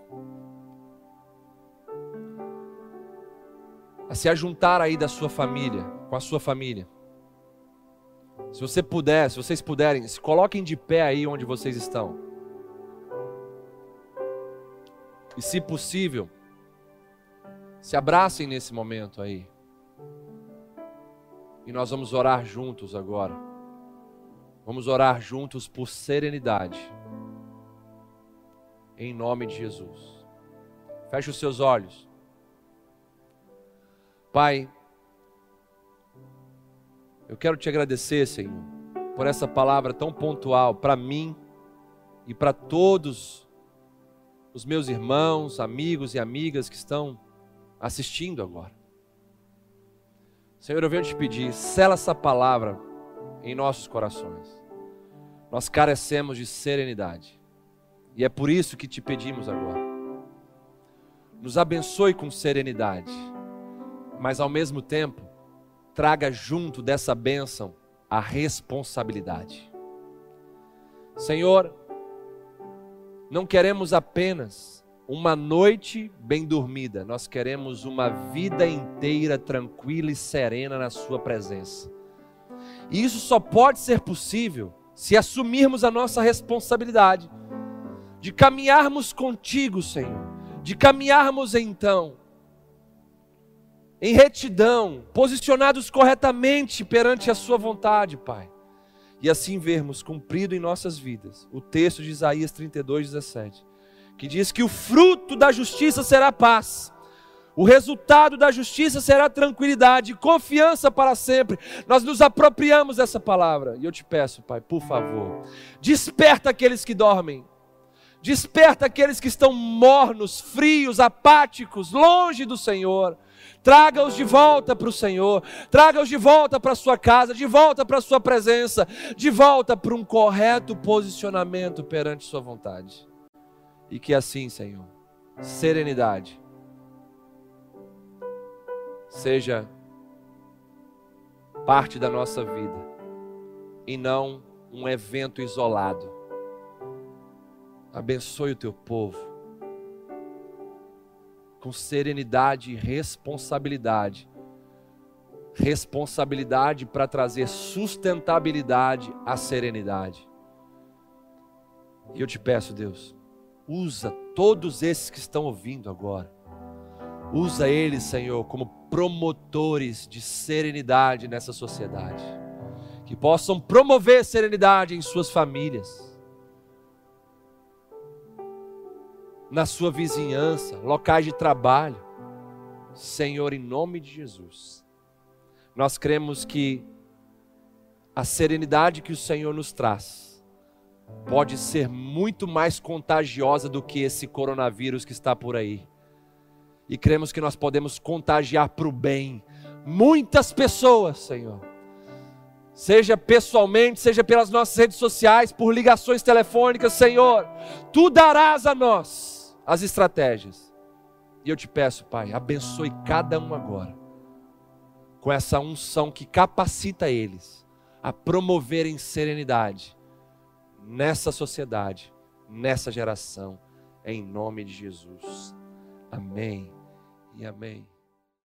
a se ajuntar aí da sua família, com a sua família. Se você puder, se vocês puderem, se coloquem de pé aí onde vocês estão. E se possível, se abracem nesse momento aí. E nós vamos orar juntos agora. Vamos orar juntos por serenidade. Em nome de Jesus. Feche os seus olhos. Pai, eu quero te agradecer, Senhor, por essa palavra tão pontual para mim e para todos os meus irmãos, amigos e amigas que estão assistindo agora. Senhor, eu venho te pedir, sela essa palavra em nossos corações. Nós carecemos de serenidade e é por isso que te pedimos agora. Nos abençoe com serenidade, mas ao mesmo tempo, traga junto dessa bênção a responsabilidade. Senhor, não queremos apenas uma noite bem dormida. Nós queremos uma vida inteira tranquila e serena na sua presença. E isso só pode ser possível se assumirmos a nossa responsabilidade de caminharmos contigo, Senhor, de caminharmos então em retidão, posicionados corretamente perante a sua vontade, Pai. E assim vermos cumprido em nossas vidas o texto de Isaías trinta e dois, dezessete, que diz que o fruto da justiça será paz, o resultado da justiça será tranquilidade, confiança para sempre. Nós nos apropriamos dessa palavra. E eu te peço, Pai, por favor, desperta aqueles que dormem, desperta aqueles que estão mornos, frios, apáticos, longe do Senhor. Traga-os de volta para o Senhor, traga-os de volta para a sua casa, de volta para a sua presença, de volta para um correto posicionamento perante sua vontade. E que assim, Senhor, serenidade seja parte da nossa vida e não um evento isolado. Abençoe o teu povo com serenidade e responsabilidade. Responsabilidade para trazer sustentabilidade à serenidade. E eu te peço, Deus, usa todos esses que estão ouvindo agora. Usa eles, Senhor, como promotores de serenidade nessa sociedade. Que possam promover serenidade em suas famílias, na sua vizinhança, locais de trabalho. Senhor, em nome de Jesus, nós cremos que a serenidade que o Senhor nos traz pode ser muito mais contagiosa do que esse coronavírus que está por aí. E cremos que nós podemos contagiar para o bem muitas pessoas, Senhor. Seja pessoalmente, seja pelas nossas redes sociais, por ligações telefônicas, Senhor. Tu darás a nós as estratégias. E eu te peço, Pai, abençoe cada um agora, com essa unção que capacita eles a promoverem serenidade nessa sociedade, nessa geração, em nome de Jesus. Amém e amém.